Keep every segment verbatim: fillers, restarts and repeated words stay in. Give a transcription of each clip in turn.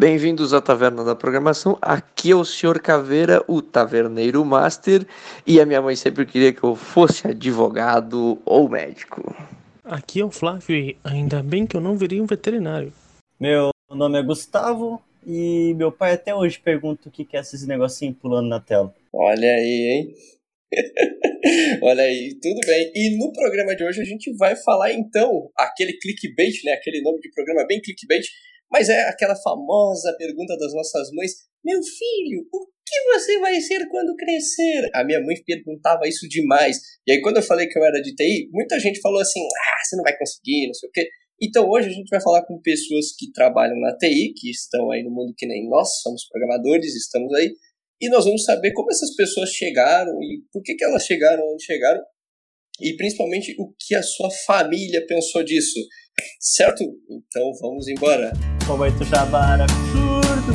Bem-vindos à Taverna da Programação. Aqui é o senhor Caveira, o Taverneiro Master, e a minha mãe sempre queria que eu fosse advogado ou médico. Aqui é o Flávio e ainda bem que eu não virei um veterinário. Meu nome é Gustavo e meu pai até hoje pergunta o que é esses negocinhos pulando na tela. Olha aí, hein? Olha aí, tudo bem. E no programa de hoje a gente vai falar então aquele clickbait, né? Aquele nome de programa bem clickbait, mas é aquela famosa pergunta das nossas mães: meu filho, o que você vai ser quando crescer? A minha mãe perguntava isso demais. E aí quando eu falei que eu era de T I, muita gente falou assim: ah, você não vai conseguir, não sei o quê. Então hoje a gente vai falar com pessoas que trabalham na T I, que estão aí no mundo que nem nós, somos programadores, estamos aí. E nós vamos saber como essas pessoas chegaram e por que, que elas chegaram onde chegaram e principalmente o que a sua família pensou disso, certo? Então vamos embora. Momento Jabá absurdo.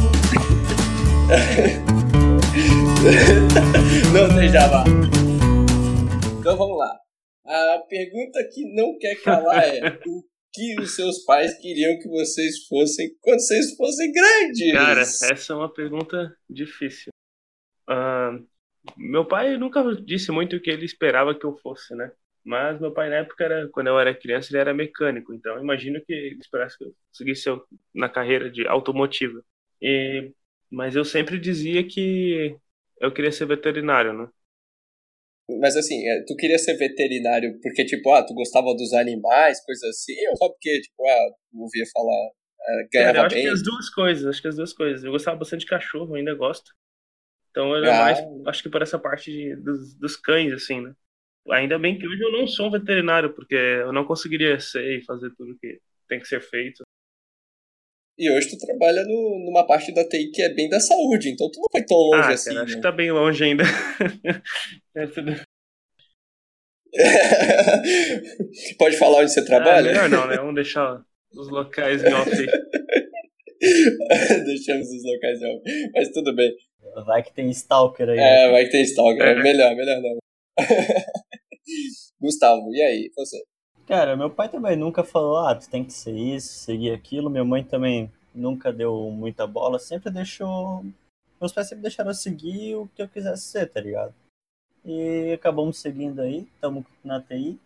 Não tem Jabá. Então vamos lá. A pergunta que não quer calar é: o que os seus pais queriam que vocês fossem quando vocês fossem grandes? Cara, essa é uma pergunta difícil. Uh, meu pai nunca disse muito o que ele esperava que eu fosse, né? Mas meu pai na época, era, quando eu era criança, ele era mecânico. Então eu imagino que ele esperasse que eu seguisse na carreira de automotiva. E, mas eu sempre dizia que eu queria ser veterinário, né? Mas assim, tu queria ser veterinário porque, tipo, ah, tu gostava dos animais, coisas assim, ou só porque, tipo, ah, tu ouvia falar, uh, ganhava Cara, eu acho bem? que as duas coisas, acho que as duas coisas. Eu gostava bastante de cachorro, ainda gosto. Então era ah. mais, acho que por essa parte de, dos, dos cães, assim, né? Ainda bem que hoje eu não sou um veterinário, porque eu não conseguiria ser e fazer tudo que tem que ser feito. E hoje tu trabalha no, numa parte da T I que é bem da saúde, então tu não foi tão longe ah, assim. Cara, né? Acho que tá bem longe ainda. é tudo... Pode falar onde você trabalha? Ah, melhor não, né? Vamos deixar os locais em off aí. Deixamos os locais em off, mas tudo bem. Vai que tem stalker aí. É, né? Vai que tem stalker. É. Melhor, melhor não. Gustavo, e aí, você? Cara, meu pai também nunca falou, ah, tu tem que ser isso, seguir aquilo. Minha mãe também nunca deu muita bola, sempre deixou... Meus pais sempre deixaram eu seguir o que eu quisesse ser, tá ligado? E acabamos seguindo aí, estamos na T I,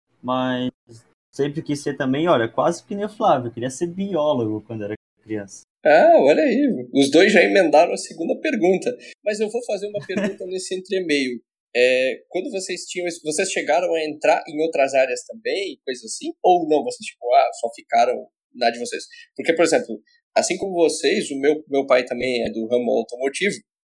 mas sempre quis ser também, olha, quase que nem o Flávio, eu queria ser biólogo quando era criança. Ah, olha aí, os dois já emendaram a segunda pergunta, mas eu vou fazer uma pergunta nesse entremeio. É, quando vocês tinham, vocês chegaram a entrar em outras áreas também, coisas assim, ou não, vocês tipo, ah, só ficaram na de vocês? Porque, por exemplo, assim como vocês, o meu, meu pai também é do ramo automotivo.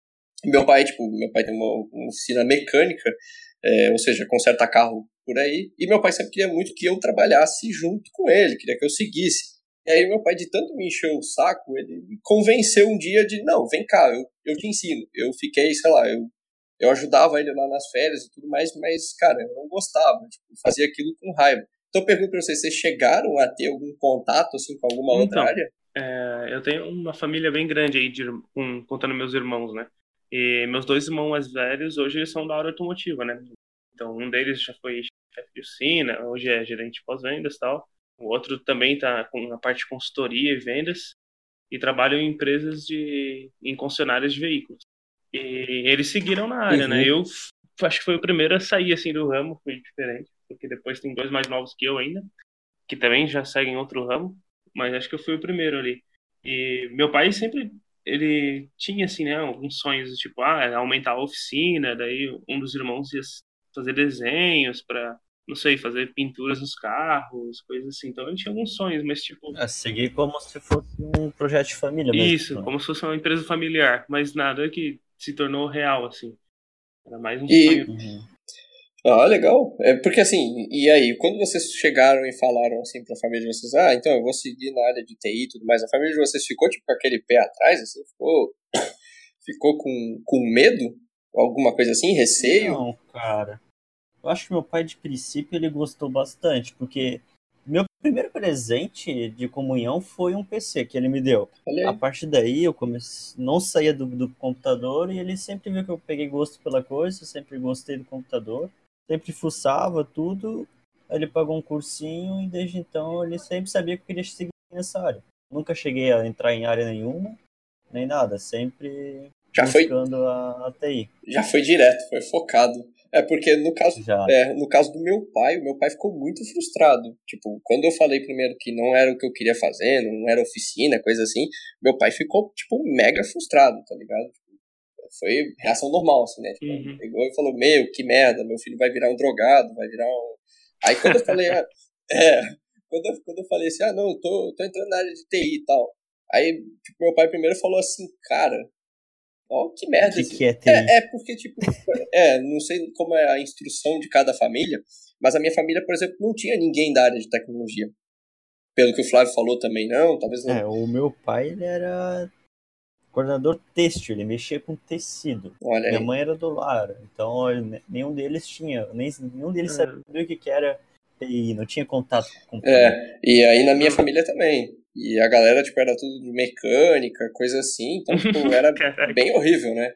Meu pai, tipo, meu pai tem uma, uma oficina mecânica, é, ou seja, conserta carro por aí, e meu pai sempre queria muito que eu trabalhasse junto com ele, queria que eu seguisse. E aí meu pai, de tanto me encher o saco, ele me convenceu um dia de, não, vem cá, eu, eu te ensino. Eu fiquei, sei lá, eu, eu ajudava ele lá nas férias e tudo mais, mas, cara, eu não gostava, tipo, fazia aquilo com raiva. Então eu pergunto pra vocês, vocês chegaram a ter algum contato, assim, com alguma então, outra área? É, eu tenho uma família bem grande aí, de, um, contando meus irmãos, né? E meus dois irmãos mais velhos, hoje eles são da área automotiva, né? Então, um deles já foi chefe de oficina, hoje é gerente de pós-vendas e tal. O outro também está com a parte de consultoria e vendas e trabalha em empresas de em concessionárias de veículos. E eles seguiram na área, uhum. né? Eu acho que foi o primeiro a sair assim do ramo, foi diferente, porque depois tem dois mais novos que eu ainda, que também já seguem outro ramo, mas acho que eu fui o primeiro ali. E meu pai sempre ele tinha assim, né, alguns sonhos tipo, ah, aumentar a oficina, daí um dos irmãos ia fazer desenhos para não sei, fazer pinturas nos carros, coisas assim. Então eu tinha alguns sonhos, mas tipo... É, seguir como se fosse um projeto de família mesmo. Isso, como se fosse uma empresa familiar, mas nada que se tornou real, assim. Era mais um e... sonho. Uhum. Ah, legal. É porque assim, e aí, quando vocês chegaram e falaram assim pra família de vocês, ah, então eu vou seguir na área de T I e tudo mais, a família de vocês ficou tipo com aquele pé atrás, assim, ficou, ficou com, com medo? Alguma coisa assim, receio? Não, cara. Eu acho que meu pai, de princípio, ele gostou bastante, porque meu primeiro presente de comunhão foi um P C que ele me deu. A partir daí, eu comecei, não saía do, do computador e ele sempre viu que eu peguei gosto pela coisa, sempre gostei do computador, sempre fuçava tudo. Ele pagou um cursinho e desde então ele sempre sabia que eu queria seguir nessa área. nunca cheguei a entrar em área nenhuma, nem nada, sempre Já foi, buscando a, a T I. já foi direto, foi focado. É porque no caso, Já. é, no caso do meu pai, o meu pai ficou muito frustrado. Tipo, quando eu falei primeiro que não era o que eu queria fazer, não era oficina, coisa assim, meu pai ficou, tipo, mega frustrado, tá ligado? Foi reação normal, assim, né? Tipo, Uhum. pegou e falou, meu, que merda, meu filho vai virar um drogado, vai virar um... Aí quando eu falei, ah, é, quando eu, quando eu falei assim, ah, não, eu tô, tô entrando na área de T I e tal. Aí, tipo, meu pai primeiro falou assim, cara, ó, que merda. O que, esse... que é T I? É, é porque, tipo, é, não sei como é a instrução de cada família, mas a minha família, por exemplo, não tinha ninguém da área de tecnologia. Pelo que o Flávio falou também, não, talvez não. É, o meu pai, ele era coordenador têxtil, ele mexia com tecido. Olha Minha aí. mãe era do lar, então ele- nenhum deles tinha, nem, nenhum deles É. sabia o que, que era T I, não tinha contato com o computador. É, e aí na minha Não. família também. E a galera, tipo, era tudo de mecânica, coisa assim, então, tipo, era Caraca. bem horrível, né?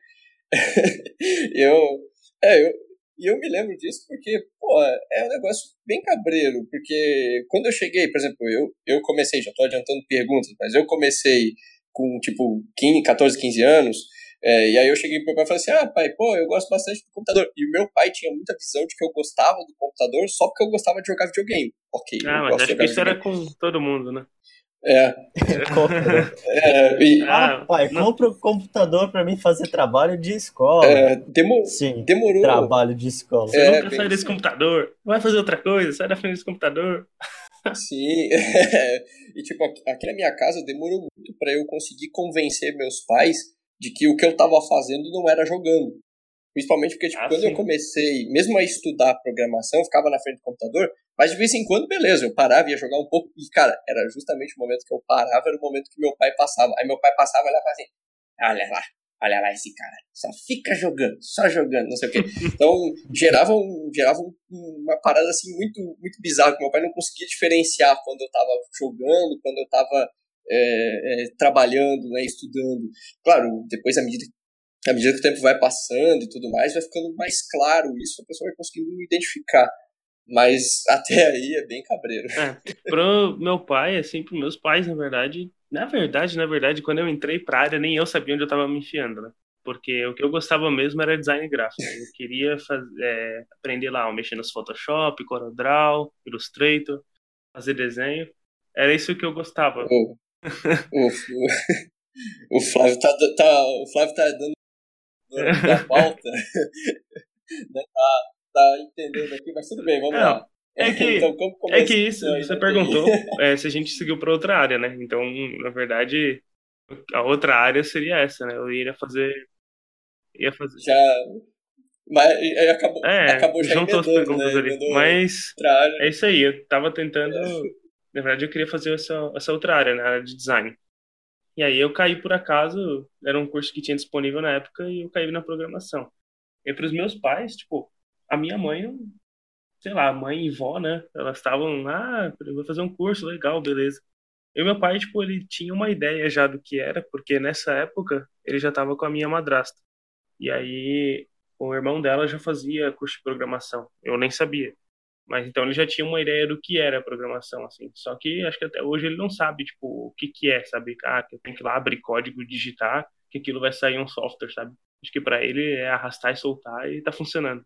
eu, é, eu, e eu me lembro disso porque, pô, é um negócio bem cabreiro, porque quando eu cheguei, por exemplo, eu, eu comecei, já tô adiantando perguntas, mas eu comecei com, tipo, quinze, catorze, quinze anos, é, e aí eu cheguei pro meu pai e falei assim, ah, pai, pô, eu gosto bastante do computador. E o meu pai tinha muita visão de que eu gostava do computador só porque eu gostava de jogar videogame. Ok, eu Ah, mas gosto de acho que jogar isso era videogame. com todo mundo, né? É, Qualquer um. é, e, Ah, Ah, pai, não. compra o computador pra mim fazer trabalho de escola. é, demo, Sim, demorou. trabalho de escola. Você É, nunca bem sai desse assim. computador. Vai fazer outra coisa, sai da frente desse computador. Sim, e tipo, aqui aqui na minha casa demorou muito pra eu conseguir convencer meus pais de que o que eu tava fazendo não era jogando. Principalmente porque, tipo, Ah, quando eu sim. comecei, mesmo a estudar programação, eu ficava na frente do computador, mas de vez em quando, beleza, eu parava e ia jogar um pouco, e, cara, era justamente o momento que eu parava, era o momento que meu pai passava. Aí meu pai passava e olhava assim, olha lá, olha lá esse cara, só fica jogando, só jogando, não sei o quê. Então, gerava, um, gerava um, uma parada, assim, muito, muito bizarra, que meu pai não conseguia diferenciar quando eu tava jogando, quando eu tava é, é, trabalhando, né, estudando. Claro, depois, à medida à medida que o tempo vai passando e tudo mais, vai ficando mais claro isso, a pessoa vai conseguindo identificar. Mas até aí é bem cabreiro. É, pro meu pai, assim, pros meus pais, na verdade, na verdade, na verdade, quando eu entrei pra área, nem eu sabia onde eu tava me enfiando, né? Porque o que eu gostava mesmo era design gráfico. Eu queria fazer, é, aprender lá, mexer nos Photoshop, CorelDRAW, Illustrator, fazer desenho. Era isso que eu gostava. O, o, o, o, Flávio tá, tá, o Flávio tá dando da pauta, né? tá, tá entendendo aqui, mas tudo bem, vamos Não, lá. é que, Então, como é que começou isso, aí você na perguntou T I? é, se a gente seguiu para outra área, né? Então, na verdade, a outra área seria essa, né? Eu iria fazer, ia fazer, Já, mas aí acabou, é, acabou já juntou as emendando, perguntas né? ali. Emendou Mas outra área. é isso aí, eu tava tentando, na verdade, eu queria fazer essa, essa outra área, né? A área de design. E aí eu caí por acaso, era um curso que tinha disponível na época e eu caí na programação. E para os meus pais, tipo, a minha mãe não, sei lá, mãe e vó, né? Elas estavam, ah, eu vou fazer um curso, legal, beleza. E meu pai, tipo, ele tinha uma ideia já do que era, porque nessa época ele já estava com a minha madrasta. E aí o irmão dela já fazia curso de programação. Eu nem sabia. Mas então ele já tinha uma ideia do que era programação, assim. Só que acho que até hoje ele não sabe, tipo, o que que é, sabe? Ah, que eu tenho que ir lá abrir código, digitar, que aquilo vai sair um software, sabe? Acho que para ele é arrastar e soltar e tá funcionando.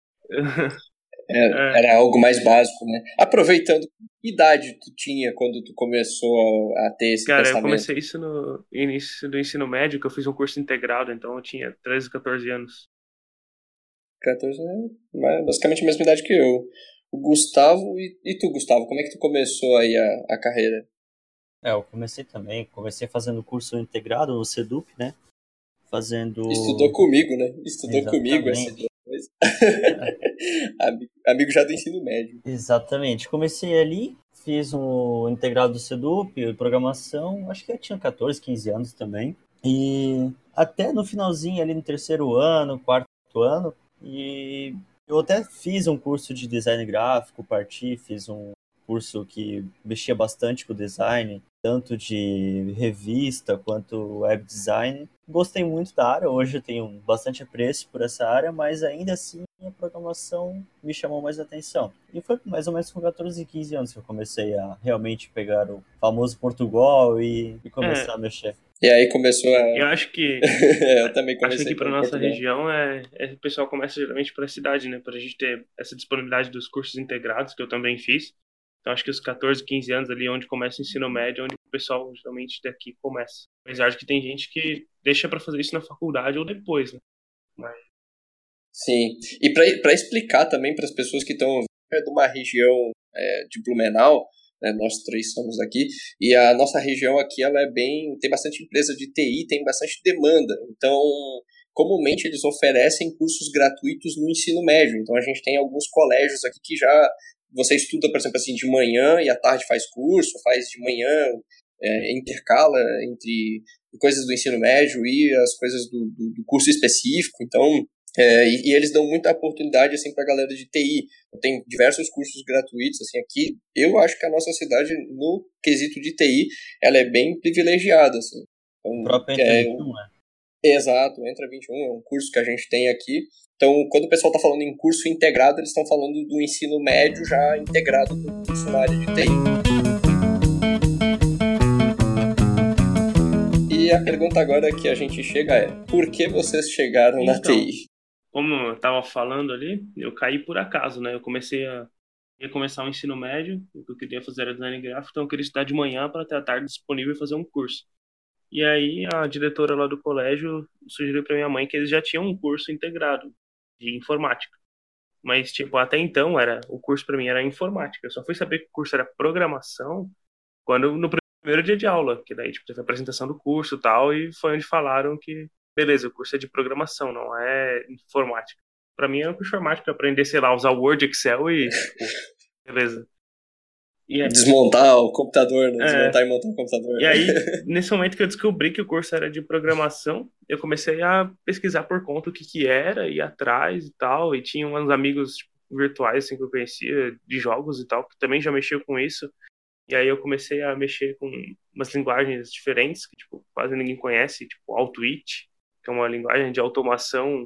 Era, É, era algo mais básico, né? Aproveitando, que idade tu tinha quando tu começou a ter esse cara, eu pensamento? comecei isso no início do ensino médio, que eu fiz um curso integrado, então eu tinha treze, catorze anos. catorze anos, mas basicamente a mesma idade que eu. O Gustavo, e, e tu, Gustavo, como é que tu começou aí a, a carreira? É, eu comecei também, comecei fazendo curso integrado no Sedup, né? Fazendo... Estudou comigo, né? Estudou comigo essa Exatamente. coisa. Ami- Amigo já do ensino médio. Exatamente. Comecei ali, fiz um integrado do Sedup, programação, acho que eu tinha catorze, quinze anos também. E até no finalzinho, ali no terceiro ano, quarto ano, e eu até fiz um curso de design gráfico, parti, fiz um curso que mexia bastante com o design, tanto de revista quanto web design. Gostei muito da área, hoje eu tenho bastante apreço por essa área, mas ainda assim é programação me chamou mais atenção. E foi mais ou menos com catorze, quinze anos que eu comecei a realmente pegar o famoso Portugal e, e começar É. a mexer. E aí começou a... Eu acho que eu também acho que comecei aqui para com nossa Portugal. região é, é o pessoal começa geralmente para a cidade, né? Para a gente ter essa disponibilidade dos cursos integrados que eu também fiz. Então acho que os catorze, quinze anos ali onde começa o ensino médio, onde o pessoal geralmente daqui começa. Apesar de que tem gente que deixa para fazer isso na faculdade ou depois, né? Mas Sim, e para explicar também para as pessoas que estão é de uma região é, de Blumenau, né, nós três somos daqui, e a nossa região aqui ela é bem, tem bastante empresa de T I, tem bastante demanda, então comumente eles oferecem cursos gratuitos no ensino médio, então a gente tem alguns colégios aqui que já, você estuda, por exemplo, assim, de manhã e à tarde faz curso, faz de manhã, é, intercala entre coisas do ensino médio e as coisas do, do, do curso específico, então É, e, e eles dão muita oportunidade assim para a galera de T I. Tem diversos cursos gratuitos assim aqui. Eu acho que a nossa cidade no quesito de T I ela é bem privilegiada assim. Então, O próprio Entra é, vinte e um, né? Exato, Entra vinte e um é um curso que a gente tem aqui. Então, quando o pessoal está falando em curso integrado, eles estão falando do ensino médio já integrado com curso na área de T I. E a pergunta agora que a gente chega é: por que vocês chegaram na Então, T I? como eu tava falando ali, eu caí por acaso, né? Eu comecei a ia começar o ensino médio, o que eu queria fazer era design gráfico, então eu queria estudar de manhã para ter a tarde disponível e fazer um curso. E aí a diretora lá do colégio sugeriu para minha mãe que eles já tinham um curso integrado de informática. Mas tipo, até então era o curso para mim era informática. Eu só fui saber que o curso era programação quando no primeiro dia de aula, que daí tipo teve a apresentação do curso e tal, e foi onde falaram que beleza, o curso é de programação, não é informática. Pra mim era um curso de informática, aprender, sei lá, usar Word, Excel e, tipo, beleza. E, é, Desmontar o computador, né? é, Desmontar e montar o computador. e aí, nesse momento que eu descobri que o curso era de programação, eu comecei a pesquisar por conta o que que era, ir atrás e tal, e tinha uns amigos tipo, virtuais, assim, que eu conhecia, de jogos e tal, que também já mexiam com isso. E aí eu comecei a mexer com umas linguagens diferentes, que, tipo, quase ninguém conhece, tipo, Altwitch, que é uma linguagem de automação,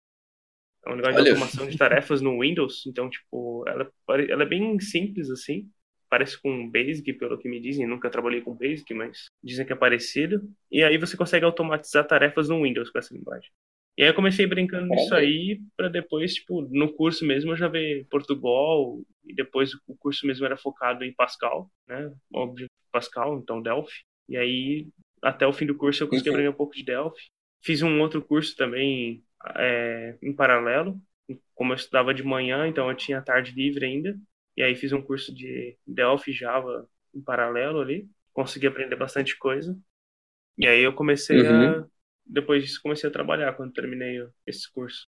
é uma linguagem de Olha, automação de tarefas no Windows. Então, tipo, ela, pare- ela é bem simples, assim. Parece com Basic, pelo que me dizem. Nunca trabalhei com Basic, mas dizem que é parecido. E aí você consegue automatizar tarefas no Windows com essa linguagem. E aí eu comecei brincando nisso olha. aí, pra depois, tipo, no curso mesmo eu já ver Portugal, e depois o curso mesmo era focado em Pascal, né? Óbvio, Pascal, então Delphi. E aí, até o fim do curso eu consegui Uhum. aprender um pouco de Delphi. Fiz um outro curso também é, em paralelo, como eu estudava de manhã, então eu tinha tarde livre ainda. E aí fiz um curso de Delphi e Java em paralelo ali. Consegui aprender bastante coisa. E aí eu comecei Uhum. a... Depois disso comecei a trabalhar quando terminei esse curso.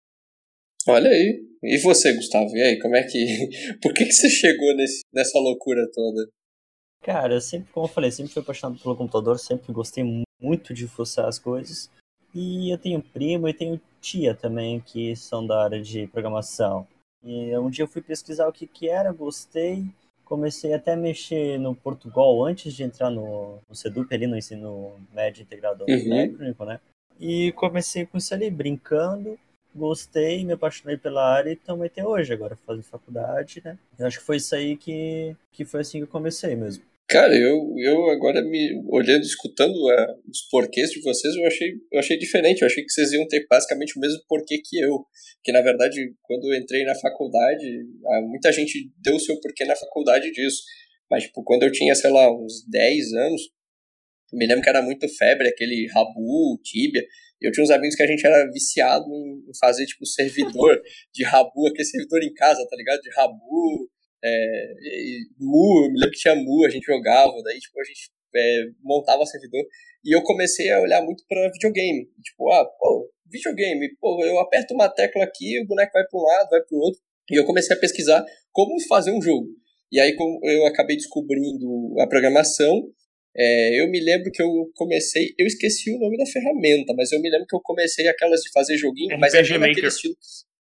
Olha aí. E você, Gustavo? E aí, como é que... Por que que você chegou nesse, nessa loucura toda? Cara, eu sempre, como eu falei, sempre fui apaixonado pelo computador, sempre gostei mu- muito de fuçar as coisas. E eu tenho primo e tenho tia também que são da área de programação. E um dia eu fui pesquisar o que que era, gostei, comecei até a mexer no Portugal antes de entrar no, no Sedup, ali no ensino médio integrado Uhum. técnico, né? E comecei com isso ali, brincando, gostei, me apaixonei pela área e também até hoje, agora fazendo faculdade, né? Eu acho que foi isso aí que, que foi assim que eu comecei mesmo. Cara, eu, eu agora me olhando, escutando uh, os porquês de vocês, eu achei, eu achei diferente. Eu achei que vocês iam ter basicamente o mesmo porquê que eu. Que na verdade, quando eu entrei na faculdade, uh, muita gente deu o seu porquê na faculdade disso. Mas, tipo, quando eu tinha, sei lá, uns dez anos, eu me lembro que era muito febre, aquele Rabu, Tibia. Eu tinha uns amigos que a gente era viciado em fazer, tipo, servidor de Rabu, aquele servidor em casa, tá ligado? De Rabu, é, e Mu, eu me lembro que tinha Mu, a gente jogava, daí, tipo, a gente é, montava servidor. E eu comecei a olhar muito pra videogame. Tipo, ah, pô, videogame, pô, eu aperto uma tecla aqui, o boneco vai pra um lado, vai pro outro. E eu comecei a pesquisar como fazer um jogo. E aí eu acabei descobrindo a programação. É, eu me lembro que eu comecei, eu esqueci o nome da ferramenta, mas eu me lembro que eu comecei aquelas de fazer joguinho, mas é R P G bem naquele Maker. estilo.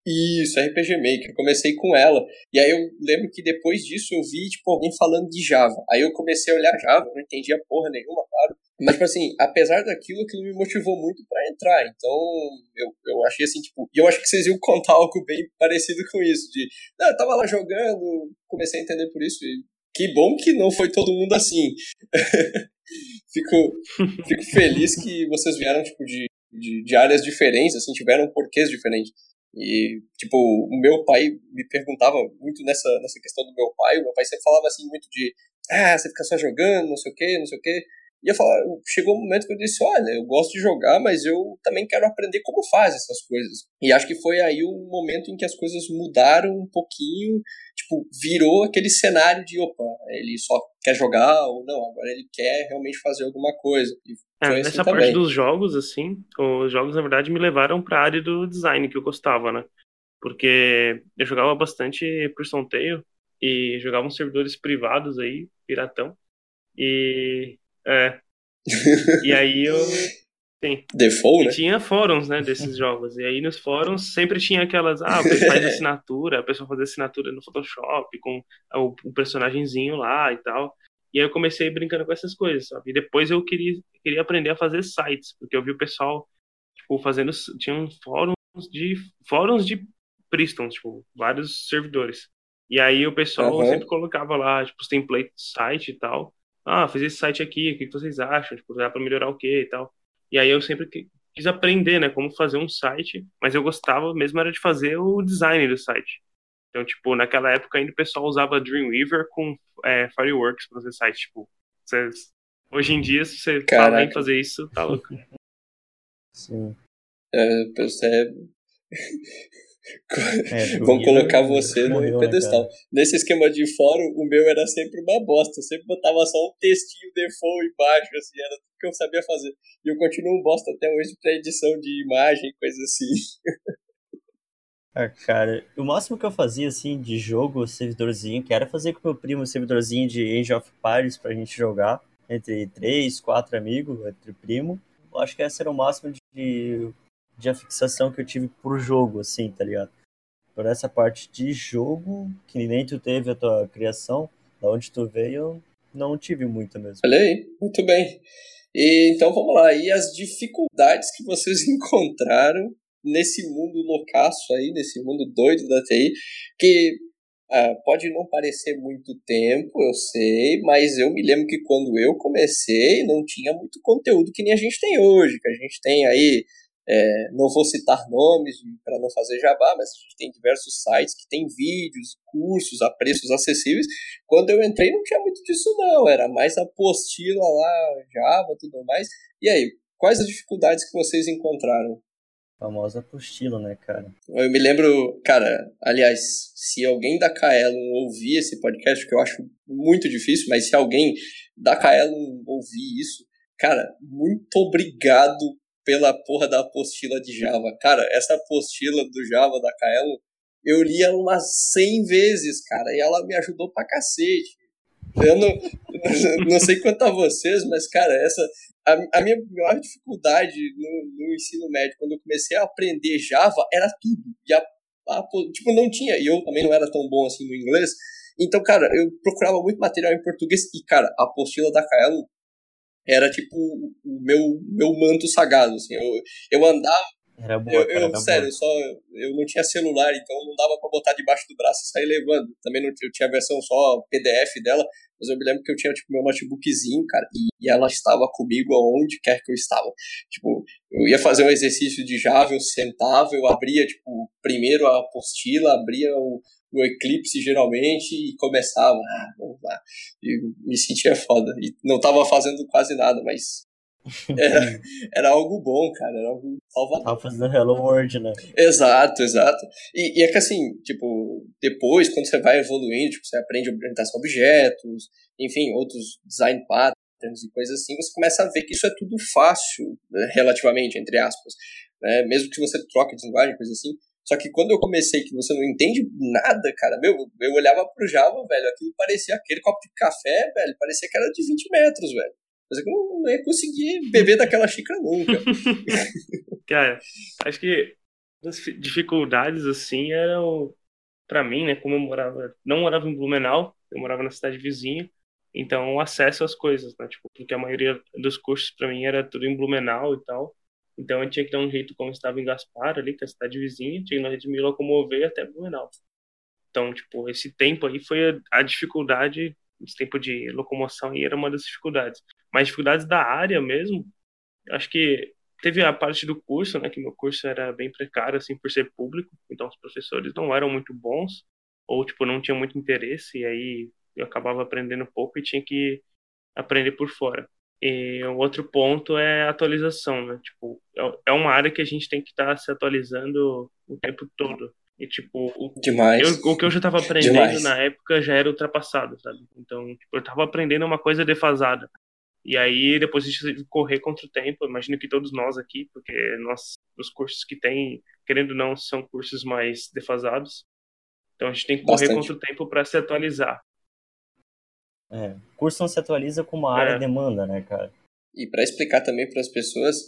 Isso, R P G Maker, eu comecei com ela. E aí eu lembro que depois disso eu vi, tipo, alguém falando de Java. Aí eu comecei a olhar Java, não entendia porra nenhuma, claro. Mas, tipo assim, apesar daquilo, aquilo me motivou muito pra entrar. Então, eu, eu achei assim, tipo... E eu acho que vocês iam contar algo bem parecido com isso. De, não, eu tava lá jogando, comecei a entender por isso. E que bom que não foi todo mundo assim. fico, fico feliz que vocês vieram, tipo, de, de, de áreas diferentes, assim, tiveram porquês diferentes. E, tipo, o meu pai me perguntava muito nessa, nessa questão do meu pai. O meu pai sempre falava, assim, muito de... Ah, você fica só jogando, não sei o quê, não sei o quê. E eu falava, chegou um momento que eu disse, olha, eu gosto de jogar, mas eu também quero aprender como faz essas coisas. E acho que foi aí o momento em que as coisas mudaram um pouquinho, tipo, virou aquele cenário de, opa, ele só quer jogar ou não, agora ele quer realmente fazer alguma coisa. E É, foi nessa assim parte também. dos jogos, assim, os jogos, na verdade, me levaram pra área do design que eu gostava, né? Porque eu jogava bastante Prison Tale e jogava uns servidores privados aí, piratão. E, é, e aí eu, sim. Default, E né? tinha fóruns, né, desses jogos. E aí nos fóruns sempre tinha aquelas, ah, faz assinatura, a pessoa fazia assinatura no Photoshop com o, o personagenzinho lá e tal. E aí eu comecei brincando com essas coisas, sabe? E depois eu queria, queria aprender a fazer sites, porque eu vi o pessoal, tipo, fazendo, tinha fóruns de, fóruns de Priston, tipo, vários servidores. E aí o pessoal Aham. sempre colocava lá, tipo, os templates do site e tal. Ah, fiz esse site aqui, o que que vocês acham? Tipo, dá pra melhorar o quê e tal. E aí eu sempre que- quis aprender, né, como fazer um site, mas eu gostava mesmo era de fazer o design do site. Então, tipo, naquela época ainda o pessoal usava Dreamweaver com é, Fireworks pra fazer site, tipo, vocês- hoje em dia, se você falar em Caraca. fazer isso, tá louco. Sim. É, você... É, Drew Vão colocar Weaver você no morreu, né, pedestal. cara? Nesse esquema de fórum, o meu era sempre uma bosta. Eu sempre botava só um textinho default embaixo, assim, era tudo que eu sabia fazer. E eu continuo um bosta até hoje pra edição de imagem, coisa assim. Ah, cara, o máximo que eu fazia, assim, de jogo, servidorzinho, que era fazer com meu primo um servidorzinho de Age of Empires pra gente jogar, entre três, quatro amigos, entre primo. Eu acho que esse era o máximo de, de afixação que eu tive por jogo, assim, tá ligado? Por essa parte de jogo, que nem tu teve a tua criação, da onde tu veio, eu não tive muito mesmo. Olha aí, muito bem. E, então vamos lá. E as dificuldades que vocês encontraram nesse mundo loucaço aí, nesse mundo doido da T I, que ah, pode não parecer muito tempo, eu sei, mas eu me lembro que quando eu comecei não tinha muito conteúdo que nem a gente tem hoje, que a gente tem aí, é, não vou citar nomes para não fazer jabá, mas a gente tem diversos sites que tem vídeos, cursos a preços acessíveis. Quando eu entrei não tinha muito disso não, era mais apostila lá, Java, tudo mais. E aí, quais as dificuldades que vocês encontraram? Famosa apostila, né, cara? Eu me lembro, cara, aliás, se alguém da Kaelon ouvir esse podcast, que eu acho muito difícil, mas se alguém da Kaelon ouvir isso, cara, muito obrigado pela porra da apostila de Java. Cara, essa apostila do Java da Kaelon, eu li ela umas cem vezes, cara, e ela me ajudou pra cacete. Eu não, não sei quanto a vocês, mas, cara, essa a, a minha maior dificuldade no, no ensino médio, quando eu comecei a aprender Java, era tudo. E a, a, tipo, não tinha, e eu também não era tão bom assim no inglês. Então, cara, eu procurava muito material em português e, cara, a apostila da Kaelon era, tipo, o meu, meu manto sagrado, assim. Eu, eu andava... Era boa, Eu, cara, eu era sério, boa. eu só eu não tinha celular, então não dava pra botar debaixo do braço e sair levando. Também não eu tinha a versão só P D F dela, mas eu me lembro que eu tinha tipo meu notebookzinho, cara, e, e ela estava comigo aonde quer que eu estava. Tipo, eu ia fazer um exercício de Java, eu sentava, eu abria tipo primeiro a apostila, abria o, o Eclipse geralmente e começava, ah, vamos lá. E me sentia foda. E não tava fazendo quase nada, mas era, era algo bom, cara, era algo salvador. Tava fazendo Hello World, né? Exato, exato. E, e é que assim, tipo, depois, quando você vai evoluindo, tipo, você aprende orientação a objetos, enfim, outros design patterns e coisas assim, você começa a ver que isso é tudo fácil, né, relativamente, entre aspas, né? Mesmo que você troque de linguagem, coisa assim. Só que quando eu comecei, que você não entende nada, cara, meu, eu olhava pro Java, velho, aquilo parecia aquele copo de café, velho, parecia que era de vinte metros, velho. Mas eu não, não ia conseguir beber daquela xícara nunca. Cara, acho que As fi- dificuldades, assim, eram, pra mim, né, como eu morava, não morava em Blumenau, eu morava na cidade vizinha, então o acesso às coisas, né, tipo, porque a maioria dos cursos pra mim era tudo em Blumenau e tal, então eu tinha que dar um jeito, como eu estava em Gaspar ali, que é a cidade vizinha, tinha que me locomover até Blumenau. Então, tipo, esse tempo aí foi a, a dificuldade, esse tempo de locomoção aí era uma das dificuldades. Mas dificuldades da área mesmo, acho que teve a parte do curso, né, que meu curso era bem precário, assim, por ser público, então os professores não eram muito bons, ou, tipo, não tinham muito interesse, e aí eu acabava aprendendo pouco e tinha que aprender por fora. E o outro ponto é a atualização, né, tipo, é é uma área que a gente tem que estar se atualizando o tempo todo. E, tipo, o, eu, Demais. o que eu já estava aprendendo Demais. na época já era ultrapassado, sabe? Então, tipo, eu estava aprendendo uma coisa defasada. E aí, depois a gente teve que correr contra o tempo. Imagino que todos nós aqui, porque nós, os cursos que tem, querendo ou não, são cursos mais defasados. Então a gente tem que correr Bastante. contra o tempo para se atualizar. É, o curso não se atualiza como a área É, demanda, né, cara? E para explicar também para as pessoas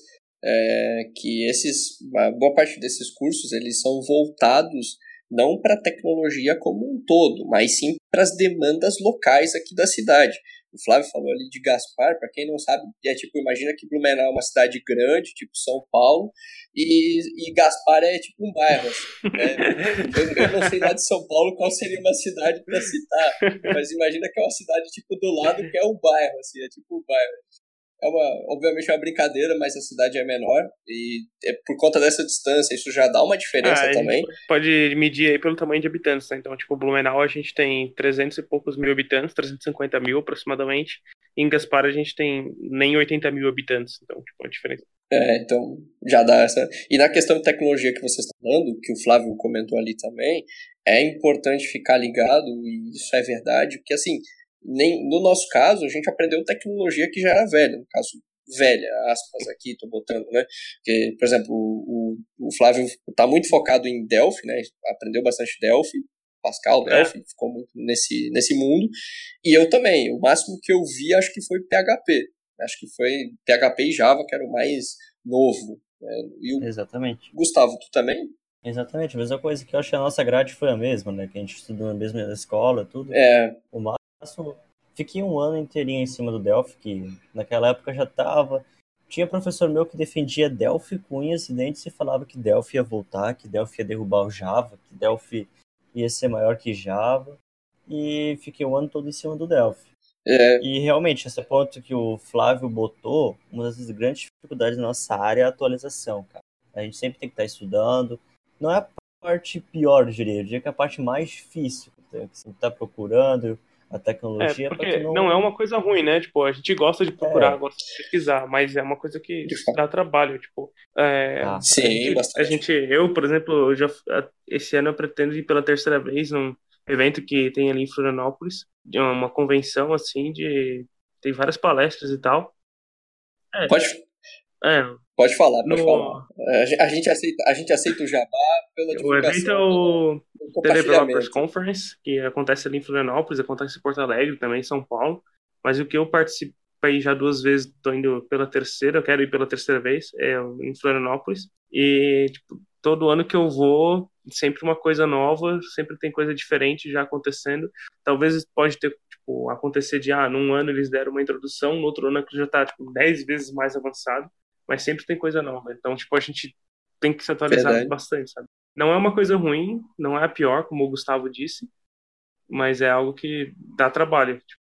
é, que esses, uma boa parte desses cursos eles são voltados não para a tecnologia como um todo, mas sim para as demandas locais aqui da cidade. O Flávio falou ali de Gaspar, para quem não sabe, é tipo, imagina que Blumenau é uma cidade grande, tipo São Paulo, e, e Gaspar é tipo um bairro, assim, né? Eu, eu não sei lá de São Paulo qual seria uma cidade para citar, mas imagina que é uma cidade tipo do lado que é um bairro, assim, é tipo um bairro. É uma, obviamente é uma brincadeira, mas a cidade é menor e é por conta dessa distância, isso já dá uma ah, diferença a gente também. pode medir aí pelo tamanho de habitantes, né? Então, tipo, Blumenau a gente tem trezentos e poucos mil habitantes, trezentos e cinquenta mil aproximadamente. E em Gaspar a gente tem nem oitenta mil habitantes. Então, tipo, a diferença. É, então já dá essa. E na questão de tecnologia que vocês estão falando, que o Flávio comentou ali também, é importante ficar ligado, e isso é verdade, porque assim, nem, no nosso caso, a gente aprendeu tecnologia que já era velha, no caso, velha, aspas aqui, tô botando, né? Porque, por exemplo, o, o, o Flávio tá muito focado em Delphi, né? Aprendeu bastante Delphi, Pascal, É, Delphi, ficou muito nesse, nesse mundo. E eu também, o máximo que eu vi acho que foi P H P. Acho que foi P H P e Java, que era o mais novo. Né? E o Exatamente. Gustavo, tu também? Exatamente, a mesma coisa que eu acho que a nossa grade foi a mesma, né? Que a gente estudou na mesma escola, tudo. É, O máximo, fiquei um ano inteirinho em cima do Delphi, que naquela época já tava. Tinha professor meu que defendia Delphi com unhas e dentes e falava que Delphi ia voltar, que Delphi ia derrubar o Java, que Delphi ia ser maior que Java. E fiquei o ano todo em cima do Delphi. é, E realmente, esse ponto que o Flávio botou, uma das grandes dificuldades da nossa área é a atualização, cara. A gente sempre tem que estar estudando. Não é a parte pior, eu diria, eu diria que é a parte mais difícil, que você está procurando a é, tecnologia para tu porque não é não. uma coisa ruim, né? Tipo, a gente gosta de procurar, É, gosta de pesquisar, mas é uma coisa que de fato. dá trabalho. Tipo, é, tá. a Sim, gente, a bastante. gente, eu, por exemplo, eu já esse ano eu pretendo ir pela terceira vez num evento que tem ali em Florianópolis, de uma convenção assim de tem várias palestras e tal. É, Pode, é, pode falar, pode falar. no A gen- a gente aceita, a gente aceita o jabá pela o evento é divulgação, pela, o pelo The Developers compartilhamento. Conference, que acontece ali em Florianópolis, acontece em Porto Alegre, também em São Paulo. Mas o que eu participei já duas vezes, estou indo pela terceira, eu quero ir pela terceira vez, é em Florianópolis. E tipo, todo ano que eu vou, sempre uma coisa nova, sempre tem coisa diferente já acontecendo. Talvez pode ter, tipo, acontecer de, ah, num ano eles deram uma introdução, no outro ano já está tipo, dez vezes mais avançado, mas sempre tem coisa nova. Então, tipo, a gente tem que se atualizar Verdade. bastante, sabe? Não é uma coisa ruim, não é a pior, como o Gustavo disse, mas é algo que dá trabalho. Tipo,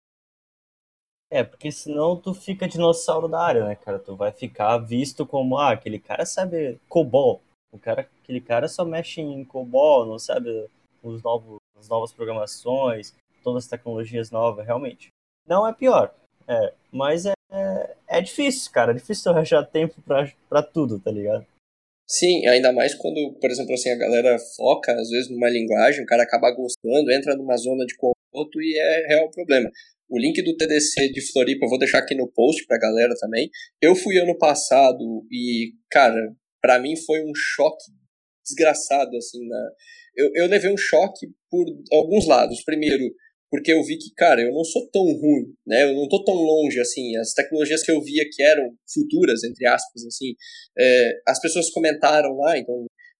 É, porque senão tu fica dinossauro da área, né, cara? Tu vai ficar visto como, ah, aquele cara sabe COBOL. O cara, aquele cara só mexe em COBOL, não sabe os novos, as novas programações, todas as tecnologias novas, realmente. Não é pior, é, mas é, é, é difícil, cara. É difícil tu arranjar tempo pra, pra tudo, tá ligado? Sim, ainda mais quando, por exemplo, assim, a galera foca, às vezes, numa linguagem, o cara acaba gostando, entra numa zona de conforto e é real problema. O link do T D C de Floripa eu vou deixar aqui no post pra galera também. Eu fui ano passado e, cara, pra mim foi um choque desgraçado, assim, na... eu, eu levei um choque por alguns lados. Primeiro, porque eu vi que, cara, eu não sou tão ruim, né? Eu não tô tão longe, assim. As tecnologias que eu via que eram futuras, entre aspas, assim, é, as pessoas comentaram lá, então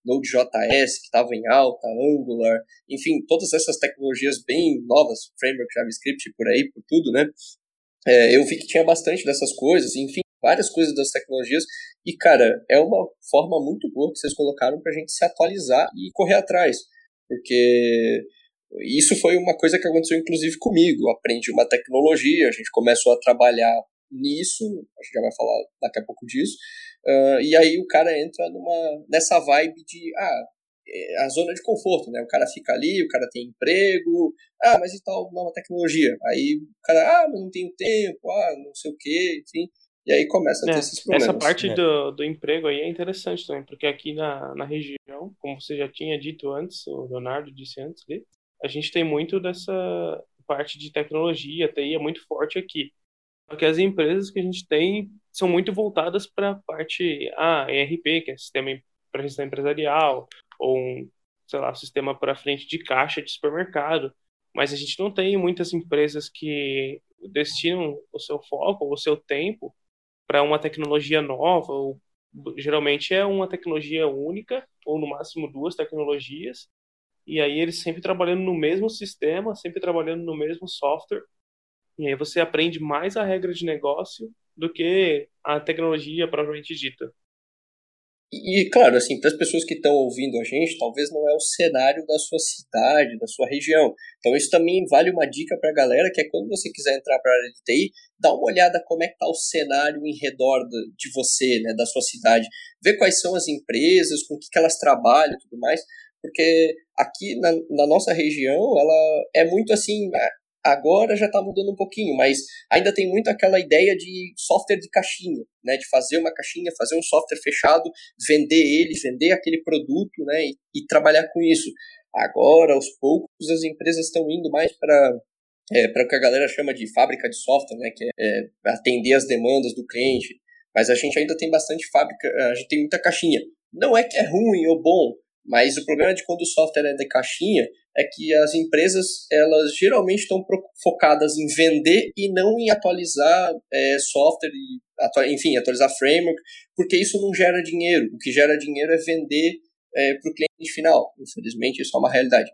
Node.js, que estava em alta, Angular, enfim, todas essas tecnologias bem novas, framework, JavaScript, por aí, por tudo, né? É, eu vi que tinha bastante dessas coisas, enfim, várias coisas das tecnologias, e, cara, é uma forma muito boa que vocês colocaram pra gente se atualizar e correr atrás, porque isso foi uma coisa que aconteceu, inclusive, comigo. Eu aprendi uma tecnologia, a gente começou a trabalhar nisso, a gente já vai falar daqui a pouco disso, uh, e aí o cara entra numa, nessa vibe de, ah, é a zona de conforto, né? O cara fica ali, o cara tem emprego, ah, mas e tal, nova tecnologia? Aí o cara, ah, mas não tenho tempo, ah, não sei o quê, enfim, e aí começa a ter É, esses essa problemas. parte É. do, do emprego aí é interessante também, porque aqui na, na região, como você já tinha dito antes, o Leonardo disse antes, ali, a gente tem muito dessa parte de tecnologia, T I é muito forte aqui. Só que as empresas que a gente tem são muito voltadas para a parte ah, E R P, que é sistema para gestão empresarial, ou um, sei lá, sistema para frente de caixa de supermercado. Mas a gente não tem muitas empresas que destinam o seu foco, ou o seu tempo para uma tecnologia nova, ou geralmente é uma tecnologia única, ou no máximo duas tecnologias, e aí eles sempre trabalhando no mesmo sistema, sempre trabalhando no mesmo software, e aí você aprende mais a regra de negócio do que a tecnologia propriamente dita. E, claro, assim, para as pessoas que estão ouvindo a gente, talvez não é o cenário da sua cidade, da sua região. Então, isso também vale uma dica para a galera, que é quando você quiser entrar para a área de T I, dá uma olhada como é que está o cenário em redor de você, né, da sua cidade. Ver quais são as empresas, com o que, que elas trabalham e tudo mais. Porque aqui na, na nossa região, ela é muito assim... Agora já está mudando um pouquinho, mas ainda tem muito aquela ideia de software de caixinha, né? De fazer uma caixinha, fazer um software fechado, vender ele, vender aquele produto, né? E, e trabalhar com isso. Agora, aos poucos, as empresas estão indo mais para é, para o que a galera chama de fábrica de software, né? Que é, é atender as demandas do cliente. Mas a gente ainda tem bastante fábrica, a gente tem muita caixinha. Não é que é ruim ou bom, mas o problema de quando o software é de caixinha é que as empresas, elas geralmente estão focadas em vender e não em atualizar é, software, e atu- enfim, atualizar framework, porque isso não gera dinheiro. O que gera dinheiro é vender é, para o cliente final. Infelizmente, isso é uma realidade.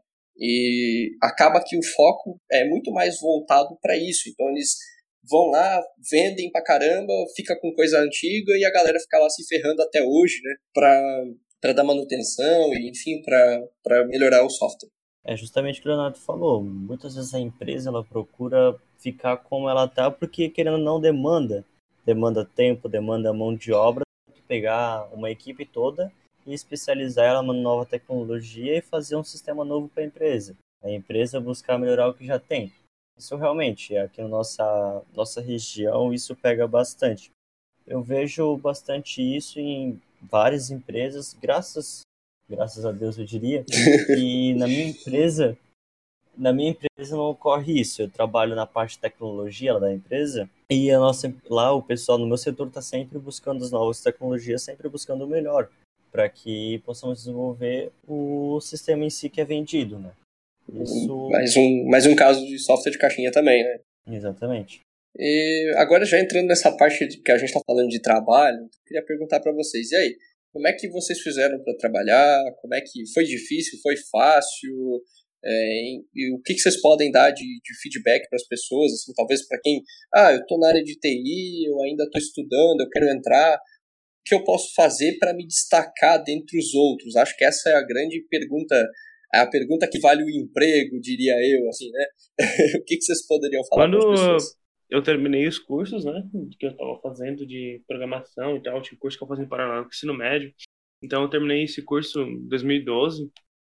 E acaba que o foco é muito mais voltado para isso. Então, eles vão lá, vendem pra caramba, fica com coisa antiga e a galera fica lá se ferrando até hoje, né, para para dar manutenção e, enfim, para melhorar o software. É justamente o que o Leonardo falou. Muitas vezes a empresa ela procura ficar como ela está porque, querendo ou não, demanda. Demanda tempo, demanda mão de obra. Pegar uma equipe toda e especializar ela numa nova tecnologia e fazer um sistema novo para a empresa. A empresa buscar melhorar o que já tem. Isso realmente, aqui na nossa, nossa região, isso pega bastante. Eu vejo bastante isso em várias empresas, graças, graças a Deus eu diria, que na minha empresa, na minha empresa não ocorre isso. Eu trabalho na parte de tecnologia lá da empresa e a nossa, lá o pessoal no meu setor está sempre buscando as novas tecnologias, sempre buscando o melhor, para que possamos desenvolver o sistema em si que é vendido, né? Isso... Mais um, mais um caso de software de caixinha também, né? Exatamente. E agora já entrando nessa parte de, que a gente está falando de trabalho, eu queria perguntar para vocês, e aí, como é que vocês fizeram para trabalhar? Como é que foi difícil? Foi fácil? É, e o que, que vocês podem dar de, de feedback para as pessoas? Assim, talvez para quem, ah, eu estou na área de T I, eu ainda estou estudando, eu quero entrar. O que eu posso fazer para me destacar dentre os outros? Acho que essa é a grande pergunta, é a pergunta que vale o emprego, diria eu, assim, né? O que, que vocês poderiam falar para as pessoas? Quando eu terminei os cursos, né, que eu estava fazendo de programação e tal, tinha curso que eu fazia em paralelo com o ensino médio. Então eu terminei esse curso em dois mil e doze,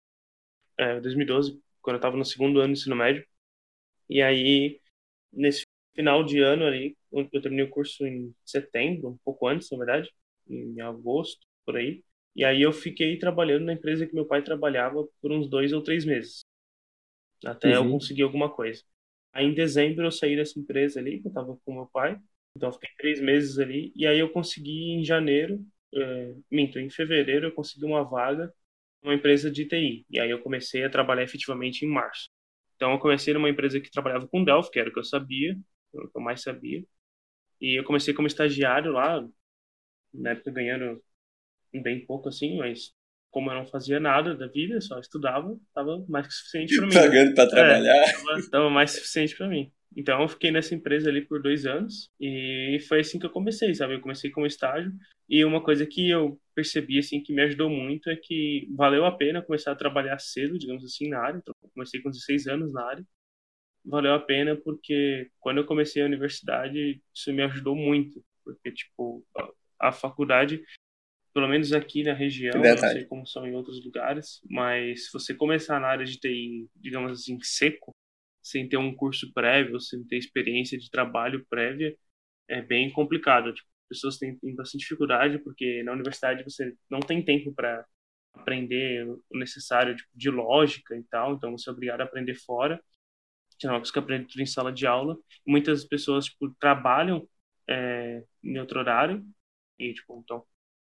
é, dois mil e doze, quando eu estava no segundo ano do ensino médio. E aí, nesse final de ano ali, eu terminei o curso em setembro, um pouco antes, na verdade, em agosto, por aí. E aí eu fiquei trabalhando na empresa que meu pai trabalhava por uns dois ou três meses, até eu Uhum. conseguir alguma coisa. Aí em dezembro eu saí dessa empresa ali, que eu tava com meu pai, então eu fiquei três meses ali, e aí eu consegui em janeiro, é, minto, em fevereiro eu consegui uma vaga numa empresa de T I, e aí eu comecei a trabalhar efetivamente em março. Então eu comecei numa empresa que trabalhava com Delphi, que era o que eu sabia, o que eu mais sabia, e eu comecei como estagiário lá, na época ganhando bem pouco assim, mas como eu não fazia nada da vida, só estudava, tava mais que suficiente para mim. Pagando pra É, trabalhar. tava, tava mais que suficiente para mim. Então eu fiquei nessa empresa ali por dois anos e foi assim que eu comecei, sabe? Eu comecei como estágio e uma coisa que eu percebi assim que me ajudou muito é que valeu a pena começar a trabalhar cedo, digamos assim, na área. Então eu comecei com dezesseis anos na área. Valeu a pena porque quando eu comecei a universidade, isso me ajudou muito, porque tipo, a, a faculdade, pelo menos aqui na região, eu não sei Verdade. como são em outros lugares, mas se você começar na área de T I, digamos assim, seco, sem ter um curso prévio, sem ter experiência de trabalho prévia, é bem complicado. Tipo, as pessoas têm, têm bastante dificuldade porque na universidade você não tem tempo para aprender o necessário tipo, de lógica e tal, então você é obrigado a aprender fora, que é uma coisa que aprende tudo em sala de aula. Muitas pessoas tipo, trabalham é, em outro horário e tipo, então,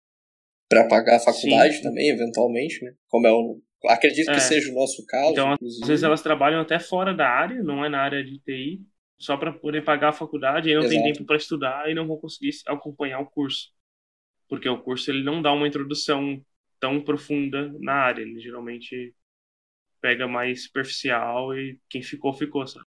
Pra pagar a sim, faculdade também, eventualmente, né? Como é o. Acredito que é, seja o nosso caso, então, às vezes inclusive. elas trabalham até fora da área, não é na área de T I, só para poder pagar a faculdade, aí não tem Exato. tempo para estudar e não vão conseguir acompanhar o curso, porque o curso ele não dá uma introdução tão profunda na área, ele geralmente pega mais superficial e quem ficou, ficou, sabe?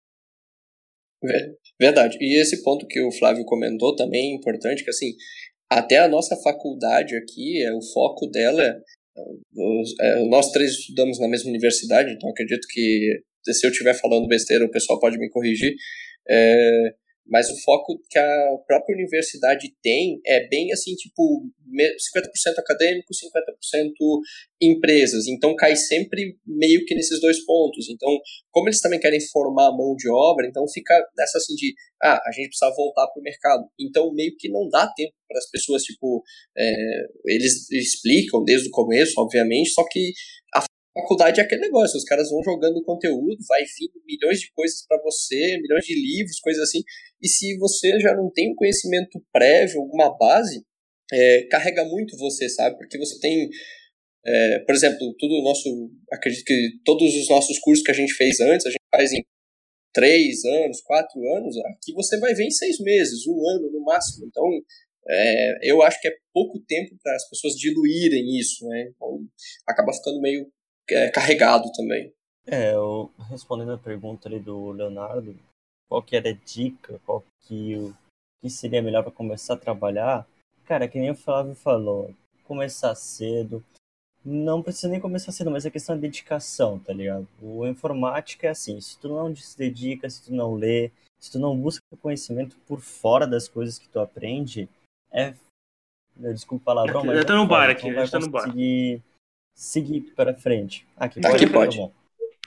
Ver- Verdade. E esse ponto que o Flávio comentou também é importante, que assim, até a nossa faculdade aqui, é, o foco dela, é, os- é, nós três estudamos na mesma universidade, então acredito que se eu estiver falando besteira, o pessoal pode me corrigir. É, mas o foco que a própria universidade tem é bem assim, tipo, me- cinquenta por cento acadêmico, cinquenta por cento empresas. Então cai sempre meio que nesses dois pontos. Então, como eles também querem formar a mão de obra, então fica nessa assim de, ah, a gente precisa voltar para o mercado. Então, meio que não dá tempo para as pessoas, tipo, é, eles explicam desde o começo, obviamente, só que a faculdade é aquele negócio, os caras vão jogando conteúdo, vai vindo milhões de coisas para você, milhões de livros, coisas assim, e se você já não tem um conhecimento prévio, alguma base, é, carrega muito você, sabe? Porque você tem, é, por exemplo, tudo o nosso, acredito que todos os nossos cursos que a gente fez antes, a gente faz em três anos, quatro anos, aqui você vai ver em seis meses, um ano no máximo. Então, é, eu acho que é pouco tempo para as pessoas diluírem isso, né? Então, acaba ficando meio é, carregado também. É, eu, respondendo a pergunta ali do Leonardo, qual que era a dica, qual que, o, que seria melhor para começar a trabalhar? Cara, que nem o Flávio falou, começar cedo, não precisa nem começar cedo, mas é questão de dedicação, tá ligado? O informática é assim, se tu não se dedica, se tu não lê, se tu não busca conhecimento por fora das coisas que tu aprende, é, desculpa o palavrão, mas Já é tá no bar foda, tu aqui, não a vai gente tá no bar. conseguir seguir para frente. Aqui Aqui pode? Tá pode. bom.